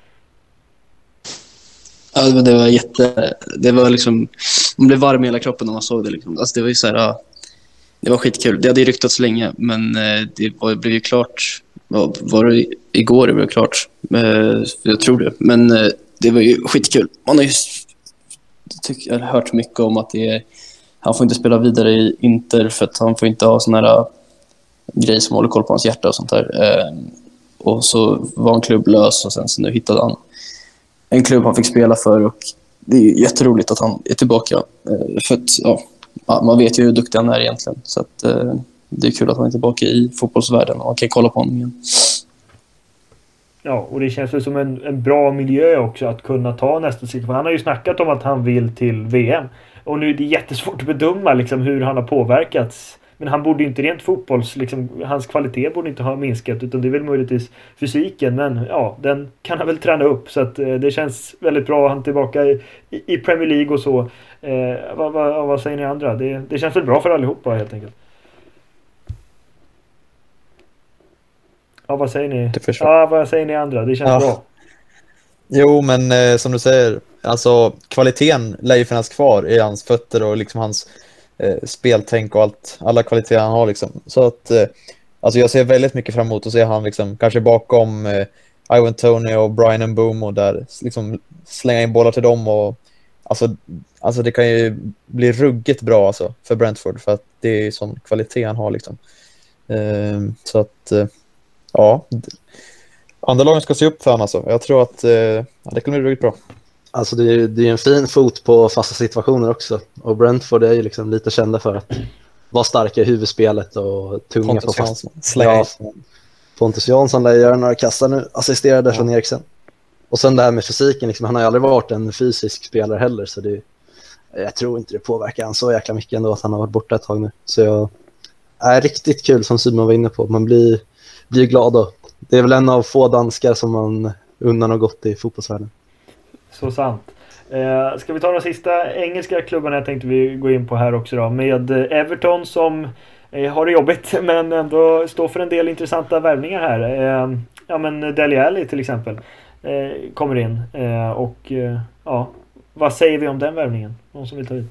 Ja, det var jätte... Det var liksom... Man blev varm i hela kroppen när man såg det. Liksom. Alltså, det var ju så här... Ja, det var skitkul. Det hade ju ryktats länge, men eh, det var, blev ju klart... Var, var det igår det blev klart? Eh, jag tror det. Men eh, det var ju skitkul. Man har ju tyck, jag har hört mycket om att det är... Han får inte spela vidare i Inter för att han får inte ha såna här grejer som håller koll på hans hjärta och sånt där. Eh, och så var han klubblös och sen så nu hittade han en klubb han fick spela för, och det är jätteroligt att han är tillbaka. Eh, för att, ja, man vet ju hur duktig han är egentligen. Så att, eh, det är kul att han är tillbaka i fotbollsvärlden och man kan kolla på honom igen. Ja, och det känns väl som en, en bra miljö också att kunna ta nästa situation. Han har ju snackat om att han vill till V M. Och nu är det jättesvårt att bedöma liksom, hur han har påverkats. Men han borde inte rent fotbolls... Liksom, hans kvalitet borde inte ha minskat, utan det är väl möjligtvis fysiken. Men ja, den kan han väl träna upp. Så att, eh, det känns väldigt bra. Han är tillbaka i, i Premier League och så. Eh, vad, vad, vad säger ni andra? Det, det känns väl bra för allihopa helt enkelt. Ja, vad säger ni? Ja, vad säger ni andra? Det känns ja. bra. Jo, men eh, som du säger, alltså kvaliteten lär ju finnas kvar i hans fötter och liksom hans eh, speltänk och allt, alla kvaliteter han har liksom. Så att eh, alltså jag ser väldigt mycket fram emot att se han liksom kanske bakom eh, Ivan Toney och Brian Mbomo och där liksom slänga in bollar till dem och alltså, alltså det kan ju bli ruggigt bra alltså för Brentford för att det är sån kvalitet han har liksom. Eh, så att eh, ja, andra lagen ska se upp för honom alltså. Jag tror att eh, ja, det kommer bli riktigt bra. Alltså det är, det är en fin fot på fasta situationer också. Och Brentford är ju liksom lite kända för att vara starka i huvudspelet och tunga Pontus på fasta. Ja, Pontus Jansson lär göra några kassar nu, assisterade från ja. Eriksen. Och sen det här med fysiken, liksom, han har ju aldrig varit en fysisk spelare heller. Så det, jag tror inte det påverkar han så jäkla mycket ändå att han har varit borta ett tag nu. Så jag är riktigt kul som Simon var inne på. Man blir, blir glad då. Det är väl en av få danskar som man undan har gått i fotbollsvärlden. Så sant. Eh, ska vi ta de sista engelska klubbarna jag tänkte vi gå in på här också då. Med Everton som eh, har det jobbigt men ändå står för en del intressanta värvningar här. Eh, ja men Dele Alli till exempel eh, kommer in. Eh, och eh, ja, vad säger vi om den värvningen? Någon som vill ta ut?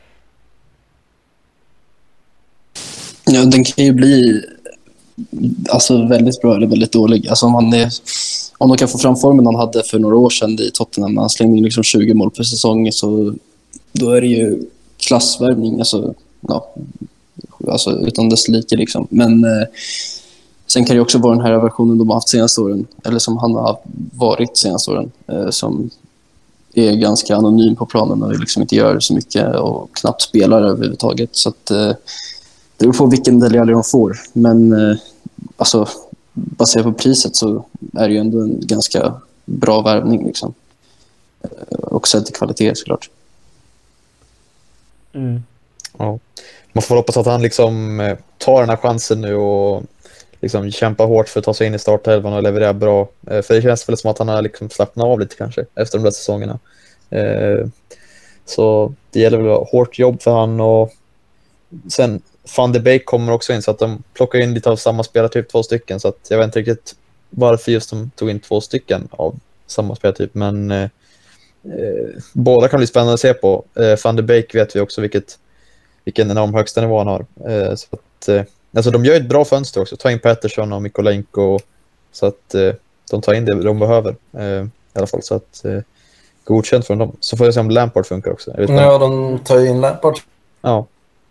Ja, den kan ju bli alltså väldigt bra eller väldigt dålig. Alltså om han är, om de kan få fram formen han hade för några år sedan i Tottenham när han slängde in liksom tjugo mål per säsong, så då är det ju klassvärvning alltså, ja, alltså utan dess like liksom. Men eh, sen kan det också vara den här versionen de har haft senaste åren, eller som han har varit senaste åren, eh, som är ganska anonym på planen och liksom inte gör så mycket och knappt spelar överhuvudtaget. Så att eh, det beror på vilken del de får. Men eh, alltså, baserat på priset så är det ju ändå en ganska bra värvning. Liksom. Och sett till kvalitet såklart. Mm. Ja. Man får hoppas att han liksom tar den här chansen nu och liksom kämpar hårt för att ta sig in i startelvan och leverera bra. För det känns väl som att han har liksom slappnat av lite kanske efter de där säsongerna. Så det gäller väl att ha hårt jobb för han. Och sen Van de Beek kommer också in så att de plockar in lite av samma spelartyp, två stycken. Så att jag vet inte riktigt varför just de tog in två stycken av samma spelartyp. Men eh, båda kan bli spännande att se på. Eh, Van de Beek vet vi också vilket, vilken enorm högsta nivå han har. Eh, så att, eh, alltså de gör ett bra fönster också. Ta in Pettersson och Mikolenko. Så att eh, de tar in det de behöver. Eh, I alla fall så att eh, godkänt från dem. Så får jag se om Lampard funkar också. Jag vet ja, de tar in Lampard. Ja.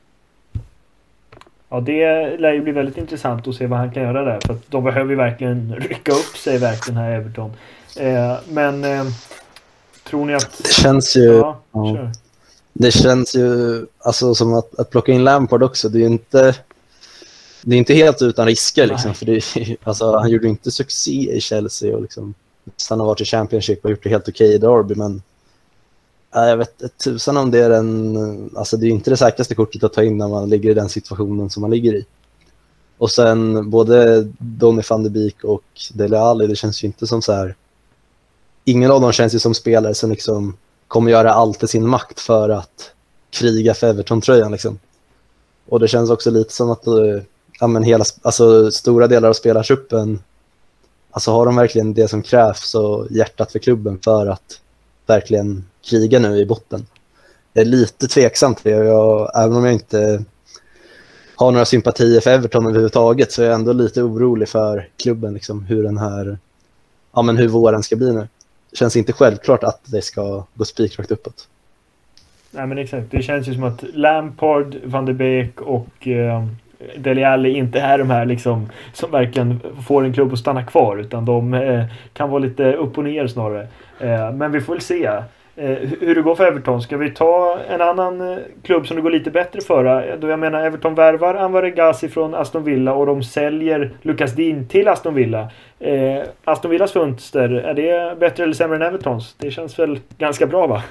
Ja, det lär ju bli väldigt intressant att se vad han kan göra där. För att de behöver ju verkligen rycka upp sig verkligen här i Everton. Eh, men eh, tror ni att... Det känns ju... Ja, ja. Det känns ju alltså, som att, att plocka in Lampard också. Det är ju inte... Det är inte helt utan risker liksom. För det, alltså, han gjorde inte succé i Chelsea och liksom... Han har varit i Championship och gjort det helt okej i Derby, men ja, jag vet ett tusan om det är en, alltså det är inte det säkraste kortet att ta in när man ligger i den situationen som man ligger i. Och sen både Donny van de Beek och Dele Alli, det känns ju inte som så här, ingen av dem känns ju som spelare som liksom kommer göra allt i sin makt för att kriga för Everton-tröjan liksom. Och det känns också lite som att ja, men hela, alltså, stora delar av spelartruppen, alltså har de verkligen det som krävs och hjärtat för klubben för att verkligen kriga nu i botten. Jag är lite tveksam till det, och jag, även om jag inte har några sympatier för Everton överhuvudtaget, så är jag ändå lite orolig för klubben, liksom, hur den här, ja, men hur våren ska bli nu. Det känns inte självklart att det ska gå spikrakt uppåt. Nej, men exakt. Det känns ju som att Lampard, Van de Beek och eh, Dele Alli inte är de här liksom, som verkligen får en klubb att stanna kvar, utan de eh, kan vara lite upp och ner snarare. Eh, men vi får väl se eh, hur det går för Everton. Ska vi ta en annan eh, klubb som det går lite bättre för? Då jag menar, Everton värvar Anwar El Ghazi från Aston Villa och de säljer Lucas Digne till Aston Villa. Eh, Aston Villas fönster, är det bättre eller sämre än Evertons? Det känns väl ganska bra, va?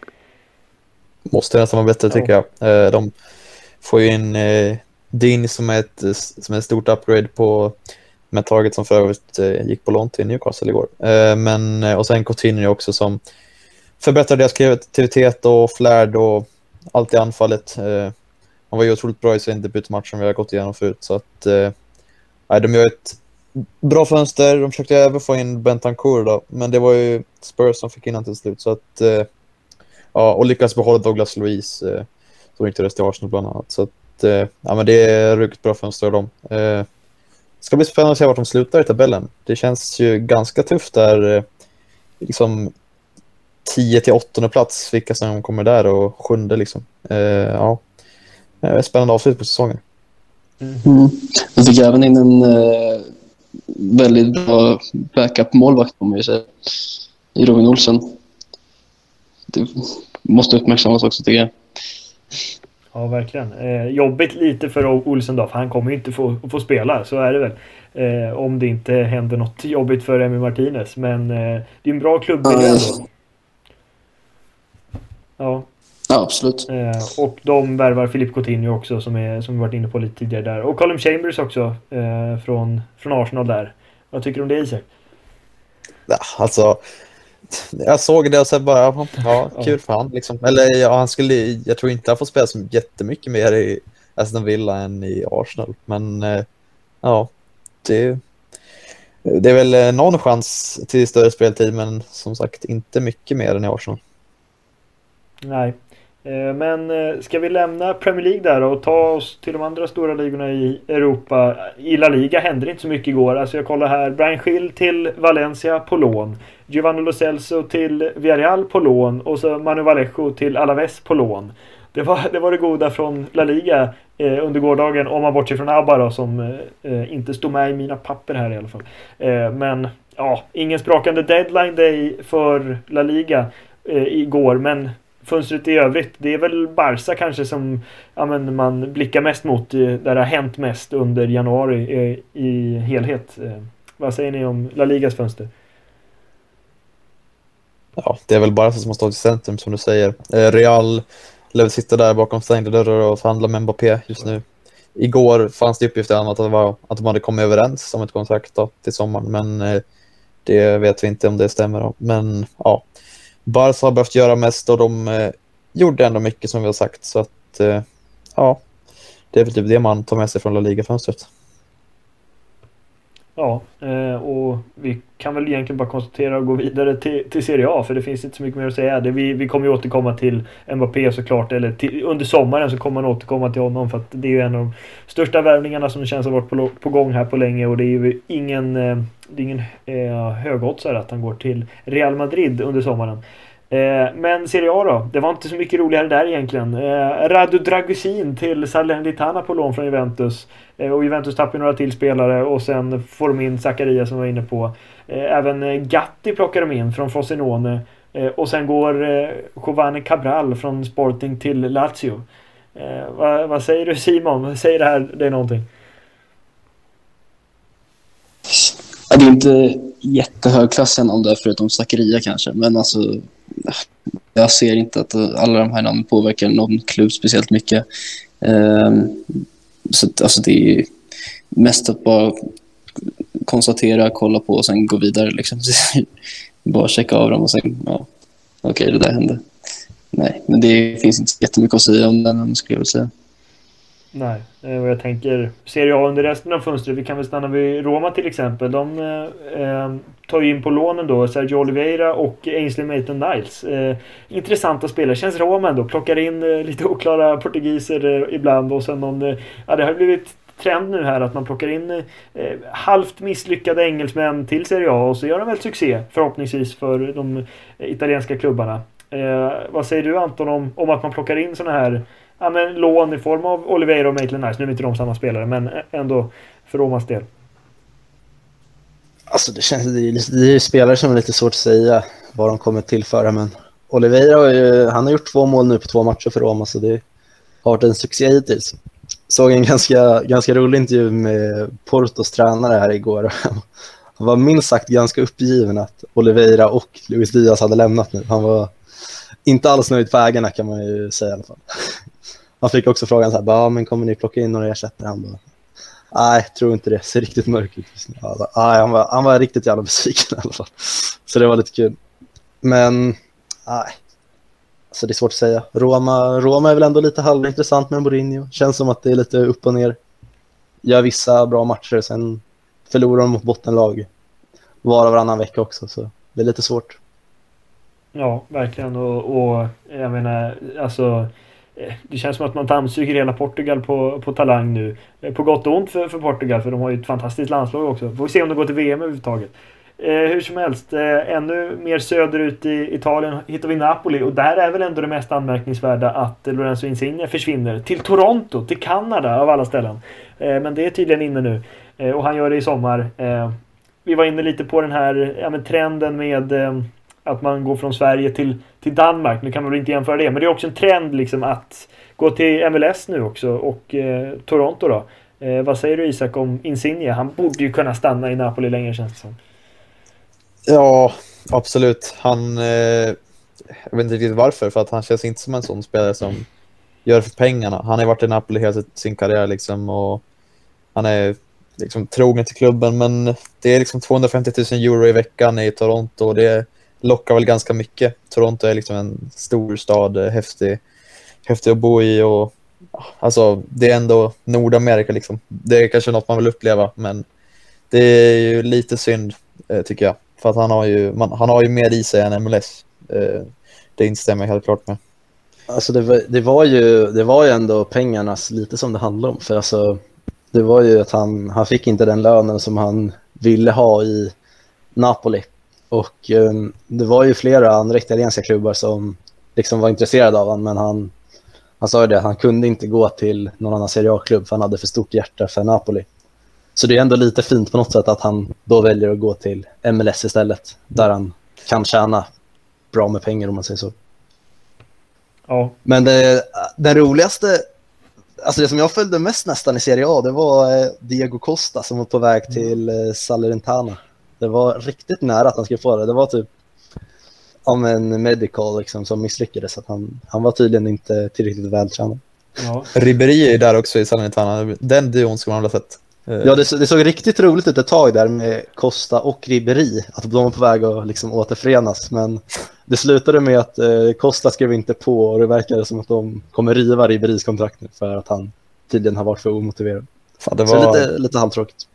Måste nästan vara bättre, tycker jag. De får ju in eh, Digne som är ett som är ett stort upgrade på med taget som för övrigt eh, gick på lån till Newcastle igår. Eh, men, och sen Coutinho också som förbättrar deras kreativitet och flärd och allt i anfallet. Eh, han var ju otroligt bra i sin debutmatch som vi har gått igenom förut. Så att, eh, de gör ett bra fönster. De försökte även få in Bentancur då, men det var ju Spurs som fick in han till slut. Så att, eh, ja, och lyckas behålla Douglas Luiz eh, som inte röst i Arsenal bland annat. Så att, eh, ja, men det är riktigt bra fönster av dem. Eh, ska bli spännande att se vart de slutar i tabellen. Det känns ju ganska tufft där, eh, liksom tio till åttonde plats, vilka som kommer där, och sjunde liksom. Eh, ja, det är spännande avslut på säsongen. Mm. Jag fick även in en eh, väldigt bra backup-målvakt på mig, så, i Robin Olsen. Det måste uppmärksammas också, tycker jag. Ja, verkligen. Eh, jobbigt lite för Olsen då, för han kommer ju inte få, få spela, så är det väl. Eh, om det inte händer något jobbigt för Emi Martinez. Men eh, det är en bra klubb mm. ändå. Ja. Ja, absolut. Eh, och de värvar Philippe Coutinho också, som, är, som vi varit inne på lite tidigare där. Och Colin Chambers också, eh, från, från Arsenal där. Vad tycker du om det, Isak? Ja, alltså, jag såg det och så bara, ja, kul för han liksom. Eller ja, han skulle, jag tror inte han får spela så jättemycket mer i Aston Villa än i Arsenal. Men eh, ja, det, det är väl någon chans till större speltid, men som sagt inte mycket mer än i Arsenal. Nej. Men ska vi lämna Premier League där och ta oss till de andra stora ligorna i Europa? I La Liga hände det inte så mycket igår. Alltså jag kollar här. Brian Schill till Valencia på lån. Giovanni Lo Celso till Villarreal på lån. Och så Manu Vallejo till Alaves på lån. Det var det, var det goda från La Liga eh, under gårdagen. Om man bortser från Abba då, som eh, inte stod med i mina papper här i alla fall. Eh, men ja, ingen sprakande deadline day för La Liga eh, igår. Men fönstret i övrigt, det är väl Barca kanske som ja, men man blickar mest mot, där det har hänt mest under januari i, i helhet. Eh, vad säger ni om La Ligas fönster? Ja, det är väl Barca som har stått i centrum, som du säger. Eh, Real lär sitta där bakom stängda dörrar och förhandla med Mbappé just nu. Igår fanns det uppgifter om att, det var, att de hade kommit överens om ett kontrakt då, till sommaren, men eh, det vet vi inte om det stämmer då. Men ja, Barca har behövt göra mest och de eh, gjorde ändå mycket, som vi har sagt. Så att, eh, ja, det är väl typ det man tar med sig från La Liga-fönstret. Ja, och vi kan väl egentligen bara konstatera och gå vidare till, till Serie A, för det finns inte så mycket mer att säga. Det, vi, vi kommer ju återkomma till Mbappé såklart, eller till, under sommaren så kommer man återkomma till honom, för att det är ju en av de största värvningarna som det känns har varit på, på gång här på länge, och det är ju ingen, det är ingen eh, högoddsare att han går till Real Madrid under sommaren. Eh, men Serie A då, det var inte så mycket roligare där egentligen. eh, Radu Dragusin till Salernitana på lån från Juventus, eh, och Juventus tappar några till spelare, och sen får de in Zakaria som var inne på. eh, Även eh, Gatti plockar de in från Frosinone, eh, och sen går eh, Giovanni Cabral från Sporting till Lazio. eh, vad, vad säger du, Simon? Säger det här det är någonting? Det är inte jättehögklassiga namn där förutom Zakaria kanske. Men alltså, jag ser inte att alla de här namnen påverkar någon klubb speciellt mycket. Um, så alltså det är mest att bara konstatera, kolla på och sen gå vidare liksom. Bara checka av dem och sen, ja, okej, det där hände. Nej, men det finns inte jättemycket att säga om den, skulle jag vilja säga. Nej, och jag tänker Serie A under resten av fönstret, vi kan väl stanna vid Roma till exempel. De eh, tar ju in på lånen då Sergio Oliveira och Ainsley Maitland-Niles. Eh, intressanta spelare. Känns Roma ändå. Plockar in eh, lite oklara portugiser eh, ibland och sen någon, eh, ja, det har blivit trend nu här att man plockar in eh, halvt misslyckade engelsmän till Serie A och så gör de väl succé förhoppningsvis för de eh, italienska klubbarna. Eh, vad säger du Anton om, om att man plockar in såna här ja, men lån i form av Oliveira och Maitland-Niles? Nu är inte de samma spelare, men ändå för Romas del. Alltså det känns det är, det är spelare som är lite svårt att säga vad de kommer tillföra, men Oliveira har ju, han har gjort två mål nu på två matcher för Roma, så det har varit en succé hittills. Såg en ganska, ganska rolig intervju med Portos tränare här igår. Han var minst sagt ganska uppgiven att Oliveira och Luis Diaz hade lämnat nu. Han var inte alls nöjd på ägarna, kan man ju säga i alla fall. Han fick också frågan så här, ja, men kommer ni plocka in några ersättare? Han bara, nej, tror inte det. Ser riktigt mörkt ut. Ja, han, var, han var riktigt jävla besviken i alla fall. Så det var lite kul. Men, nej. Så det är svårt att säga. Roma, Roma är väl ändå lite halvintressant med Mourinho. Känns som att det är lite upp och ner. Gör vissa bra matcher, sen förlorar de mot bottenlag var och varannan vecka också. Så det är lite svårt. Ja, verkligen. Och, och jag menar, alltså det känns som att man dammsuger hela Portugal på, på talang nu. På gott och ont för, för Portugal, för de har ju ett fantastiskt landslag också. Får vi se om de går till V M överhuvudtaget. Eh, hur som helst, eh, ännu mer söderut i Italien hittar vi Napoli, och där är väl ändå det mest anmärkningsvärda att Lorenzo Insigne försvinner till Toronto, till Kanada av alla ställen. Eh, men det är tydligen inne nu, eh, och han gör det i sommar. Eh, vi var inne lite på den här ja, men trenden med eh, att man går från Sverige till, till Danmark. Nu kan man väl inte jämföra det, men det är också en trend liksom att gå till M L S nu också, och eh, Toronto då. Eh, vad säger du Isak om Insigne? Han borde ju kunna stanna i Napoli längre, känns det som. Ja, absolut. Han, eh, jag vet inte riktigt varför, för att han känns inte som en sån spelare som gör för pengarna. Han har varit i Napoli hela sin karriär liksom, och han är liksom trogen till klubben, men det är liksom tvåhundrafemtio tusen euro i veckan i Toronto, och det lockar väl ganska mycket. Toronto är liksom en stor stad, häftig, häftig att bo i, och alltså det är ändå Nordamerika liksom. Det är kanske något man vill uppleva, men det är ju lite synd, tycker jag. För att han har ju, man, han har ju mer i sig än M L S. Eh, det instämmer jag helt klart med. Alltså det var, det var ju det var ju ändå pengarnas lite som det handlade om. För alltså, det var ju att han, han fick inte den lönen som han ville ha i Napoli. Och um, det var ju flera andra italienska klubbar som liksom var intresserade av honom. Men han, han sa ju det, han kunde inte gå till någon annan Serie A-klubb för han hade för stort hjärta för Napoli. Så det är ändå lite fint på något sätt att han då väljer att gå till M L S istället. Där han kan tjäna bra med pengar, om man säger så. Ja. Men det, den roligaste, alltså det som jag följde mest nästan i Serie A, det var Diego Costa som var på väg till Salernitana. Det var riktigt nära att han skulle få det. Det var typ om en medical liksom, som misslyckades. Att han, han var tydligen inte tillräckligt vältränad. Ja. Ribéry är där också i Salernitana. Den duon ska man ha sett. Ja, det, det såg riktigt roligt ut ett tag där med Costa och Ribéry, att de var på väg att liksom återförenas, men det slutade med att eh, Costa skrev inte på, och det verkade som att de kommer riva Ribérys kontrakt nu för att han tydligen har varit för omotiverad. Fan, det var så lite, lite halvtråkigt.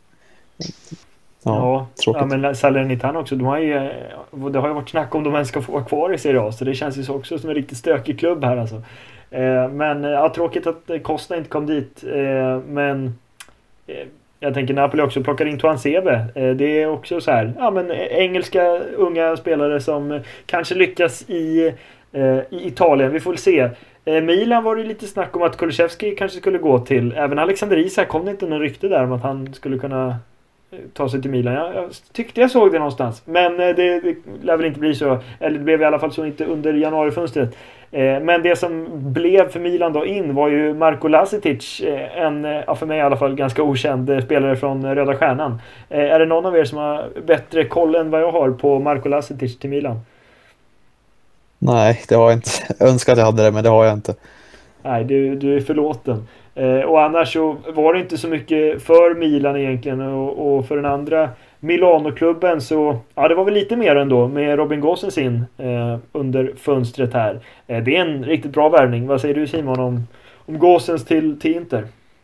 Ja, ja, ja, men Salernitana också, de har ju, det har ju varit snack om de ens ska få vara kvar i Serie A, så det känns ju så också som en riktigt stökig klubb här alltså. Eh, men ja, tråkigt att Costa inte kom dit, eh, men eh, jag tänker Napoli också plockar in Toan Sebe. Det är också så här, ja men engelska unga spelare som kanske lyckas i, i Italien. Vi får väl se. Milan var det lite snack om att Kulusevski kanske skulle gå till. Även Alexander Isak, kom det inte någon rykte där om att han skulle kunna ta sig till Milan. Jag, jag tyckte jag såg det någonstans. Men eh, det, det lär väl inte bli så. Eller det blev i alla fall så inte under januarifönstret. Eh, men det som blev för Milan då in var ju Marko Lazetic. Eh, en, ja, för mig i alla fall, ganska okänd eh, spelare från Röda Stjärnan. Eh, är det någon av er som har bättre koll än vad jag har på Marko Lazetic till Milan? Nej, det har jag inte. Jag önskar att jag hade det, men det har jag inte. Nej, du, du är förlåten. Eh, och annars så var det inte så mycket för Milan egentligen. Och, och för den andra Milano-klubben så... Ja, det var väl lite mer ändå med Robin Gosens in eh, under fönstret här. Eh, det är en riktigt bra värvning. Vad säger du, Simon, om, om Gosens till, till Inter?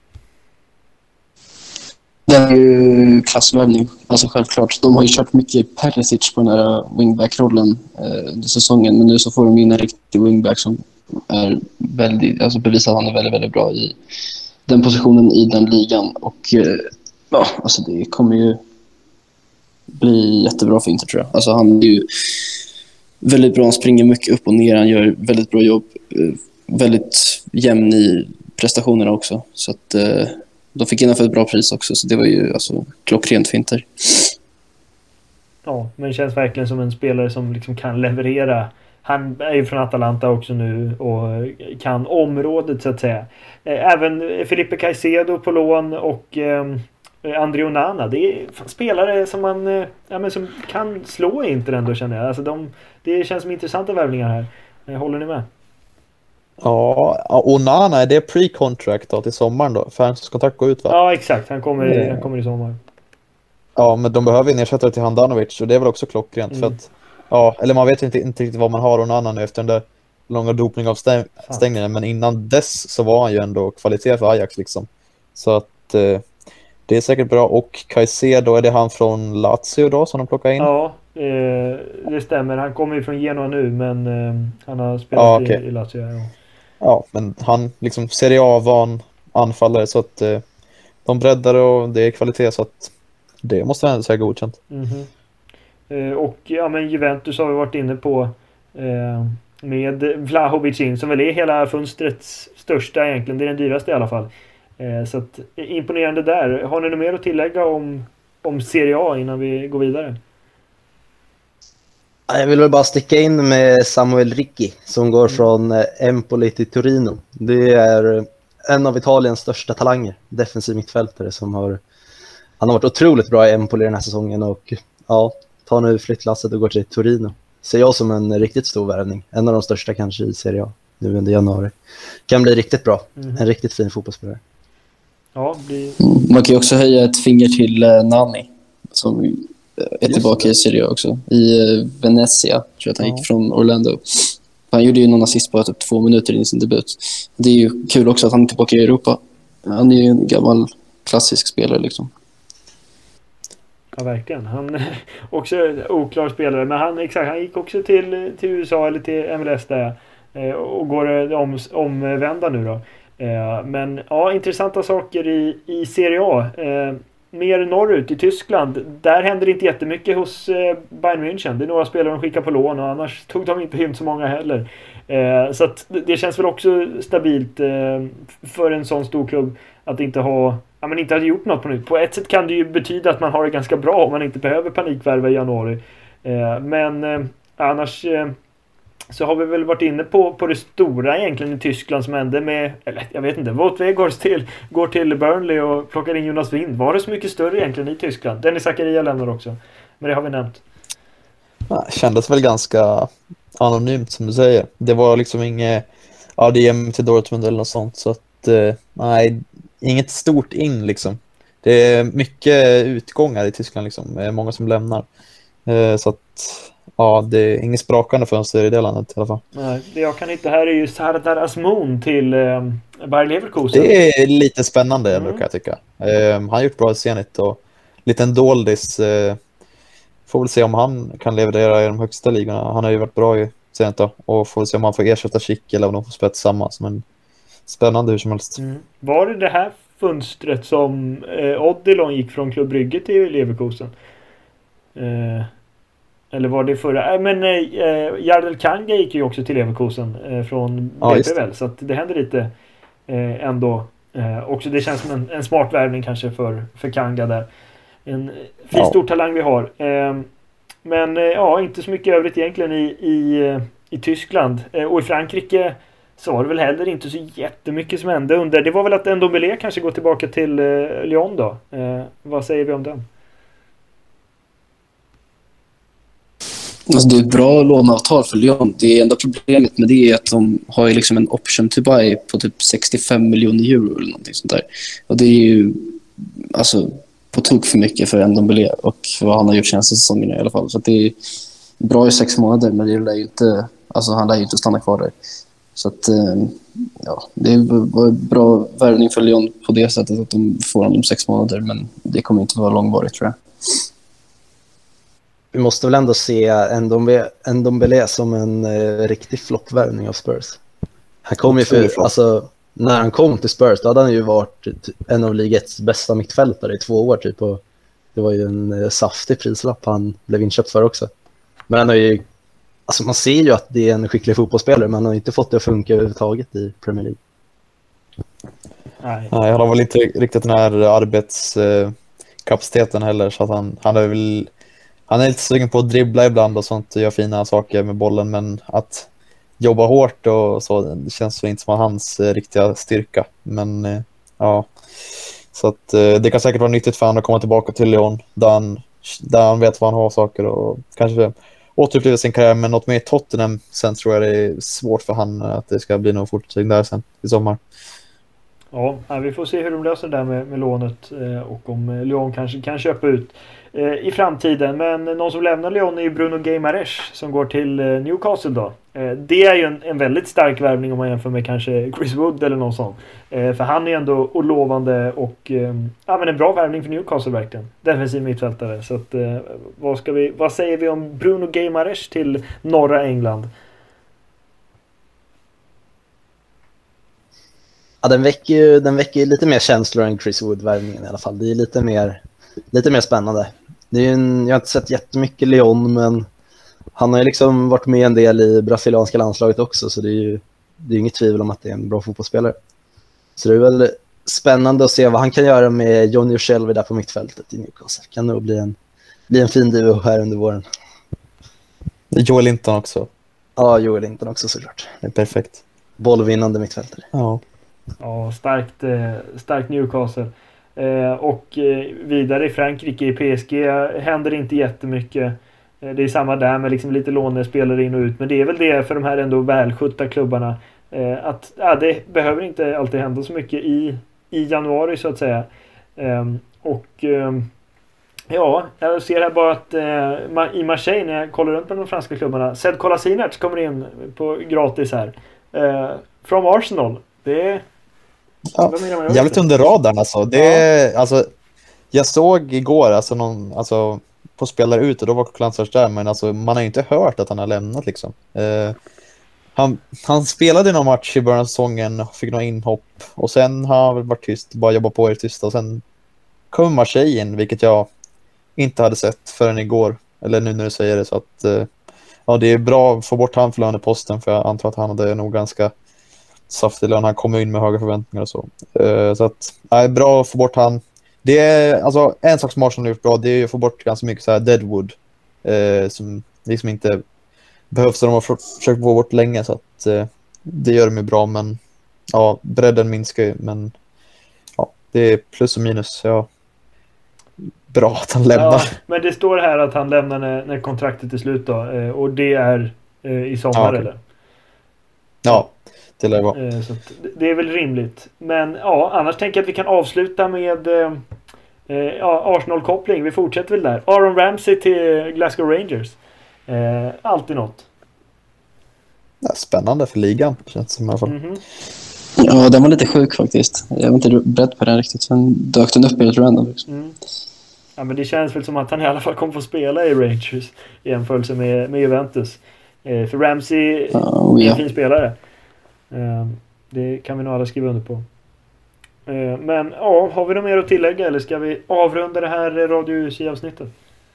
Det är ju klassvärvning. Alltså självklart. De har ju kört mycket Perisic på den här wingback-rollen eh, under säsongen. Men nu så får de in en riktig wingback som är väldigt, alltså bevisar att han är väldigt, väldigt bra i den positionen i den ligan. Och eh, ja, alltså det kommer ju bli jättebra för Inter, tror jag. Alltså han är ju väldigt bra. Han springer mycket upp och ner. Han gör väldigt bra jobb. Eh, väldigt jämn i prestationerna också. Så att eh, de fick in för ett bra pris också, så det var ju alltså klockrent för Inter. Ja, men känns verkligen som en spelare som liksom kan leverera. Han är ju från Atalanta också nu och kan området så att säga. Även Felipe Caicedo på lån och eh, André Onana. Det är spelare som man ja, men som kan slå Inter ändå, känner jag. Alltså de, det känns som intressanta värvningar här. Håller ni med? Ja, Onana, är det pre-contract då till sommaren då? För hans kontrakt går ut, va? Ja, exakt. Han kommer, mm. han kommer i sommar. Ja, men de behöver en ersättare till Handanovic, och det är väl också klockrent. Mm. För att, ja, eller man vet inte, inte riktigt vad man har Onana nu efter den där långa dopningavstängningen. Men innan dess så var han ju ändå kvalitet för Ajax liksom. Så att eh, det är säkert bra. Och Caicedo, är det han från Lazio då som de plockar in? Ja, eh, det stämmer. Han kommer ju från Genoa nu, men eh, han har spelat ja, okay. i, i Lazio. Ja. Ja, men han liksom Serie A-van anfallare, så att eh, de breddar och det är kvalitet, så att det måste jag säga godkänt. Mm-hmm. Eh, och ja, men Juventus har vi varit inne på eh, med Vlahovic in, som väl är hela fönstrets största egentligen. Det är den dyraste i alla fall. Eh, så att, imponerande där. Har ni något mer att tillägga om, om Serie A innan vi går vidare? Jag vill väl bara sticka in med Samuel Ricci som går från Empoli till Torino. Det är en av Italiens största talanger, defensiv mittfältare, som har han har varit otroligt bra i Empoli den här säsongen, och ja, tar nu flyttlasset och går till Torino. Ser jag som en riktigt stor värvning, en av de största kanske i Serie A nu under januari. Kan bli riktigt bra, mm. en riktigt fin fotbollsspelare. Ja, blir... Man kan ju också höja ett finger till uh, Nani som är tillbaka i Serie A också. I uh, Venezia, tror jag att han ja. gick från Orlando. Han gjorde ju någon assist på typ två minuter in i sin debut. Det är ju kul också att han är tillbaka i Europa. Han är ju en gammal klassisk spelare liksom. Ja, verkligen. Han är också oklar spelare, men han, exakt, han gick också till, till U S A eller till M L S där och går om, omvända nu då. Men ja, intressanta saker i, i Serie A. Mer norrut i Tyskland, där händer inte jättemycket hos Bayern München. Det är några spelare de skickar på lån, och annars tog de inte hem så många heller. Så att det känns väl också stabilt för en sån stor klubb att inte ha Ja, men inte har gjort något på nytt. På ett sätt kan det ju betyda att man har det ganska bra om man inte behöver panikvärva i januari. Eh, men eh, annars eh, så har vi väl varit inne på, på det stora egentligen i Tyskland som hände med, eller jag vet inte, Wout Weghorst till, går till Burnley och plockar in Jonas Wind. Var det så mycket större egentligen i Tyskland? Dennis Zakaria lämnar också. Men det har vi nämnt. Ja, kändes väl ganska anonymt som du säger. Det var liksom inget A D M till Dortmund eller något sånt, så att eh, nej, inget stort in liksom. Det är mycket utgångar i Tyskland liksom. Det är många som lämnar. Eh, så att ja, det är inget sprakande fönster i det landet i alla fall. Nej, det jag kan hitta här är ju Sardar Azmoun till eh, Bayer Leverkusen. Det är lite spännande mm. ändå, kan jag tycka. Eh, han har gjort bra i Zenit och liten doldis. Eh, får väl se om han kan leverera i de högsta ligorna. Han har ju varit bra i Zenit då, och får se om han får ersätta Schick eller om de får spela tillsammans. Men spännande hur som helst. Mm. Var det det här fönstret som eh, Odilon gick från Klubb Brygge till Leverkusen? Eh, eller var det förra? Äh, men eh, Jardel Kanga gick ju också till Leverkusen eh, från ja, B P väl. Så att det händer lite eh, ändå. Eh, också det känns som en, en smart värvning kanske för, för Kanga där. en fin Ja. stor talang vi har. Eh, men eh, ja, inte så mycket övrigt egentligen i, i, eh, i Tyskland. Eh, och i Frankrike så var det väl heller inte så jättemycket som hände under. Det var väl att Ndombélé kanske går tillbaka till eh, Lyon då. Eh, vad säger vi om den? Alltså det är ett bra låneavtal för Lyon. Det enda problemet med det är att de har ju liksom en option to buy på typ sextiofem miljoner euro eller någonting sånt där. Och det är ju alltså på tok för mycket för Ndombélé och för vad han har gjort senaste säsongen i alla fall. Så att det är bra i sex månader, men det lär ju inte, alltså han lär ju inte stanna kvar där. Så att ja, det var bra värvning för Lyon på det sättet att de får honom om sex månader, men det kommer inte vara långvarigt tror jag. Vi måste väl ändå se Ndombélé som en eh, riktig floppvärvning av Spurs. Han kom ju för, alltså, när han kom till Spurs då hade han ju varit en av ligets bästa mittfältare i två år typ, och det var ju en eh, saftig prislapp han blev inköpt för också. Men han har ju, alltså man ser ju att det är en skicklig fotbollsspelare, men han har inte fått det att funka överhuvudtaget i Premier League. Nej. Nej, han har väl inte riktigt den här arbetskapaciteten heller, så att han, han är väl han är lite sugen på att dribbla ibland och sånt och göra fina saker med bollen, men att jobba hårt och så, det känns så inte som hans eh, riktiga styrka. Men eh, ja, så att eh, det kan säkert vara nyttigt för honom att komma tillbaka till Lyon där han, där han vet vad han har saker och kanske återuppliva sin karriär. Men något mer i Tottenham sen tror jag det är svårt för han att det ska bli någon fortsättning där sen i sommar. Ja, vi får se hur de löser det där med, med lånet eh, och om Lyon kanske kan köpa ut eh, i framtiden. Men någon som lämnar Lyon är ju Bruno Guimaraes som går till eh, Newcastle då. Eh, det är ju en, en väldigt stark värvning om man jämför med kanske Chris Wood eller någon sån. Eh, för han är ändå och lovande och eh, ja, men en bra värvning för Newcastle verkligen. Defensiv mittfältare. Så att, eh, vad, ska vi, vad säger vi om Bruno Guimaraes till norra England? Ja, den väcker ju den väcker ju lite mer känslor än Chris Wood-värvningen i alla fall. Det är lite mer, lite mer spännande. Det är ju en, jag har inte sett jättemycket Lyon, men han har ju liksom varit med en del i brasilianska landslaget också, så det är ju det är inget tvivel om att det är en bra fotbollsspelare. Så det är väl spännande att se vad han kan göra med Johnny Shelby där på mittfältet i Newcastle. Kan nog bli en, bli en fin duo här under våren. Joel Linton också. Ja, Joel Linton också såklart. Det är perfekt. Bollvinnande mittfältare. Ja. Ja, starkt, eh, starkt Newcastle. Eh, och eh, vidare i Frankrike, i P S G händer inte jättemycket. Eh, det är samma där med liksom lite lånespelare in och ut. Men det är väl det för de här ändå välskötta klubbarna. Eh, att ja, det behöver inte alltid hända så mycket i, i januari så att säga. Eh, och eh, ja, jag ser här bara att eh, i Marseille när jag kollar runt på de franska klubbarna, Sead Kolasinac kommer in på gratis här. Eh, from Arsenal. Det är Ja, jävligt under radarn alltså. Det är, ja. alltså. Jag såg igår alltså, någon, alltså, på spelare ut och då var Kolasinac där, men alltså, man har ju inte hört att han har lämnat liksom. Eh, han, han spelade någon match i början av säsongen, fick några inhopp och sen har han väl varit tyst, bara jobbat på er tyst och sen kom Marseille in, vilket jag inte hade sett förrän igår, eller nu när du säger det, så att eh, ja, det är bra att få bort han för löneposten, för jag antar att han hade nog ganska saftig lön. Han kommer in med höga förväntningar och så. Uh, så att, det är bra att få bort han. Det är, alltså, en sak som Arsenal har gjort bra, det är att få bort ganska mycket så här deadwood uh, som liksom inte behövs, och de har försökt få bort länge, så att uh, det gör de ju bra, men ja, bredden minskar ju, men ja, det är plus och minus. Ja, bra att han lämnar. Ja, men det står här att han lämnar när, när kontraktet är slut då, uh, och det är uh, i sommar ja, okay. Eller? Ja, till det var. Så det är väl rimligt. Men ja, annars tänker jag att vi kan avsluta med eh, ja, Arsenal-koppling. Vi fortsätter väl där. Aaron Ramsey till Glasgow Rangers. Eh, alltid något. Ja, spännande för ligan, känns som i alla fall. Mm-hmm. Ja, den var lite sjuk faktiskt. Jag var inte beredd på den riktigt. Sen dök den upp helt random. Liksom. Mm. Ja, men det känns väl som att han i alla fall kommer få spela i Rangers i jämförelse med, med Juventus. Eh, för Ramsey oh, är ja. en fin spelare. Det kan vi nog alla skriva under på. Men ja, har vi något mer att tillägga eller ska vi avrunda det här Radio U C avsnittet?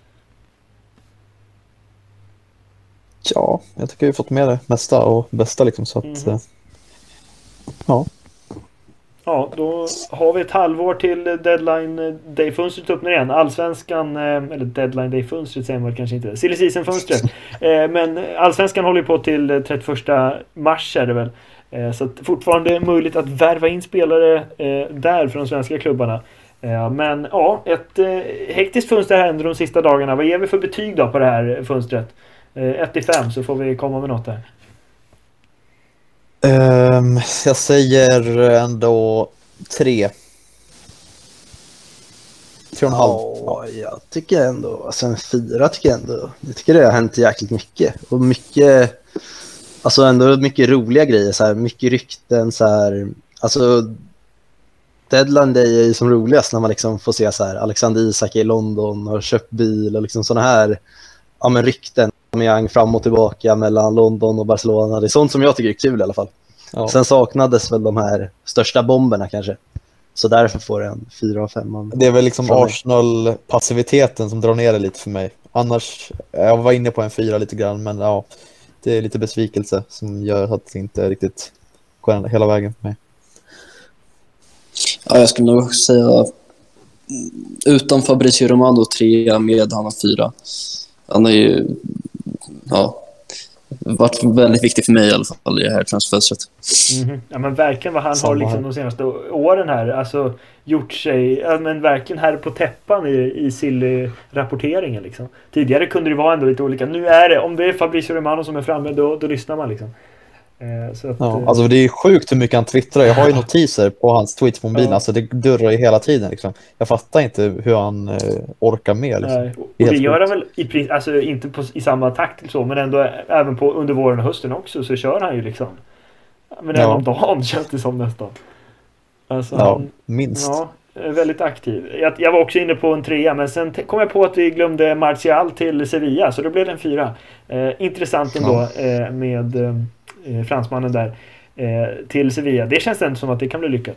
Ja, jag tycker vi har fått med det mesta och bästa liksom, så att mm. ja. Ja, då har vi ett halvår till deadline day-fönstret öppnar igen. Allsvenskan, eller deadline day-fönstret säger man kanske inte. Silly season-fönstret. Men Allsvenskan håller ju på till trettioförsta mars är det väl. Så att fortfarande är möjligt att värva in spelare där från de svenska klubbarna. Men ja, ett hektiskt fönster här under de sista dagarna. Vad ger vi för betyg då på det här fönstret? ett till fem så får vi komma med något där. Um, jag säger ändå tre. Tre och en halv. Ja, jag tycker ändå, alltså en fyra tycker jag ändå. Jag tycker det har hänt jäkligt mycket. Och mycket, alltså ändå mycket roliga grejer. Så här, mycket rykten så här. Alltså deadline day är ju som roligast när man liksom får se så här Alexander Isak i London och köpt bil och liksom sådana här, ja men rykten med fram och tillbaka mellan London och Barcelona. Det är sånt som jag tycker är kul i alla fall. Ja. Sen saknades väl de här största bomberna kanske. Så därför får jag en fyra och fem. Det är väl liksom Arsenal-passiviteten som drar ner det lite för mig. Annars, jag var inne på en fyra lite grann, men ja, det är lite besvikelse som gör att det inte riktigt går hela vägen för mig. Ja, jag skulle nog säga utan Fabrizio Romano tre, med han fyra. Han är ju ja, varit väldigt viktig för mig i alla fall i det här transferfönstret. Mm-hmm. Ja men verkligen vad han Samma. har liksom de senaste åren här alltså gjort sig, ja, men verkligen här på täppan i, i Silly-rapporteringen liksom. Tidigare kunde det vara ändå lite olika. Nu är det, om det är Fabrizio Romano som är framme då, då lyssnar man liksom. Eh, så att, ja, alltså det är sjukt hur mycket han twittrar. Jag har ju notiser på hans tweets på mobilen. Ja. Alltså det durrar ju hela tiden liksom. Jag fattar inte hur han eh, orkar med liksom. Nej. Och det gör han väl i, alltså, inte på, i samma takt så, men ändå även på under våren och hösten också så kör han ju liksom. Men även ja. om dagen känns det som nästan. Alltså, ja, han, minst. Ja, väldigt aktiv. Jag, jag var också inne på en trea, men sen kom jag på att vi glömde Martial till Sevilla, så då blev det en fyra. Eh, intressant ändå ja. eh, med eh, fransmannen där eh, till Sevilla. Det känns ändå som att det kan bli lyckat.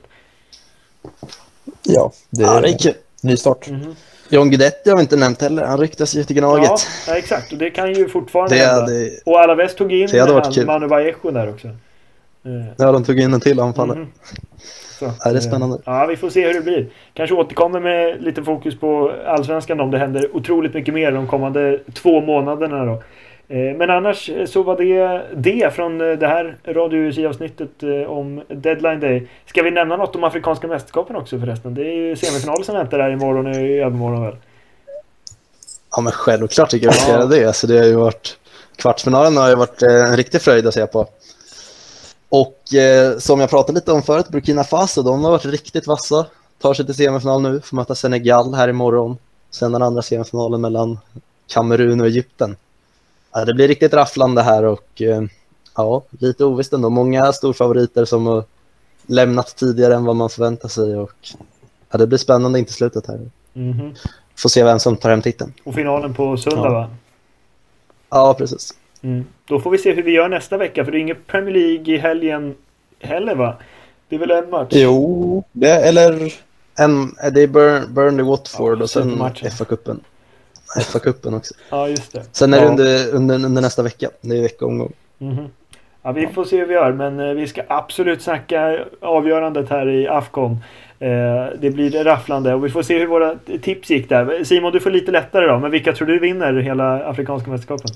Ja, det är, ja, det är kul. Ny start. Mm-hmm. John Guidetti har vi inte nämnt heller. Han ryktas ju till Gnaget. Ja, exakt. Och det kan ju fortfarande det, hända. Det, och Alaves tog in Manu Vallejo där också. Ja, de tog in en till anfallare. Mm. Så, ja, det är spännande. Ja, vi får se hur det blir. Kanske återkommer med lite fokus på Allsvenskan om det händer otroligt mycket mer de kommande två månaderna då. Men annars så var det det från det här Radio U S I-avsnittet om Deadline Day. Ska vi nämna något om afrikanska mästerskapen också förresten? Det är ju semifinalen som väntar där imorgon och i övermorgon väl? Ja, men självklart tycker jag vi ska göra det. Så det har ju varit, kvartsfinalen har ju varit en riktig fröjd att se på. Och eh, som jag pratade lite om förut, Burkina Faso, de har varit riktigt vassa. Tar sig till semifinal nu, får möta Senegal här imorgon. Sen den andra semifinalen mellan Kamerun och Egypten. Ja, det blir riktigt rafflande här och eh, ja, lite ovisst ändå. Många storfavoriter som har lämnat tidigare än vad man förväntar sig. Och ja, det blir spännande in till slutet här. Mm-hmm. Får se vem som tar hem titeln. Och finalen på söndag, ja. va? Ja, precis. Mm. Då får vi se hur vi gör nästa vecka, för det är ingen Premier League i helgen heller, va? Det är väl en match? Jo, det, eller... En, det är Burn, Burnley Watford ja, och sen F A-cupen. F A-cupen också. Ja, just det. Sen är det ja. under, under, under nästa vecka. Det är veckaomgång. Mm-hmm. Ja, vi får se hur vi gör, men vi ska absolut snacka avgörandet här i Afcon. Eh, det blir rafflande och vi får se hur våra tips gick där. Simon, du får lite lättare då, men vilka tror du vinner hela afrikanska mästerskapen?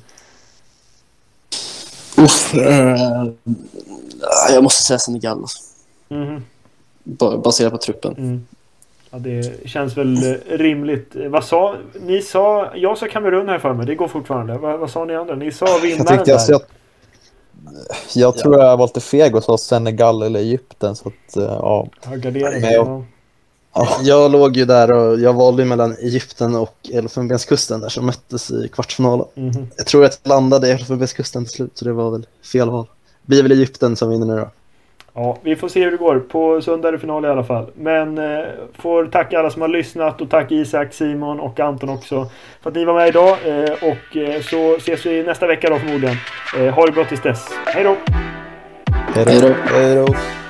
Uff, uh, jag måste säga Senegal. Mm-hmm. Baserat på truppen. Mm. Ja, det känns väl rimligt. Vad sa ni? Sa, jag sa Kamerun här för mig. Det går fortfarande. Vad, vad sa ni andra? Ni sa vinnaren jag där. Jag, jag tror jag var lite feg och sa Senegal eller Egypten. Så att, ja. Ja, gardering. Men jag, ja. jag låg ju där och jag valde mellan Egypten och Elfenbenskusten där som möttes i kvartsfinalen. Mm-hmm. Jag tror att jag landade i Elfenbenskusten till slut, så det var väl fel val. Det blir väl Egypten som vinner nu då. Ja, vi får se hur det går. På söndag är det final i alla fall. Men eh, får tacka alla som har lyssnat och tack Isak, Simon och Anton också för att ni var med idag. Eh, och eh, så ses vi nästa vecka då förmodligen. Eh, ha det bra tills dess. Hej då! Hej då! Hej då!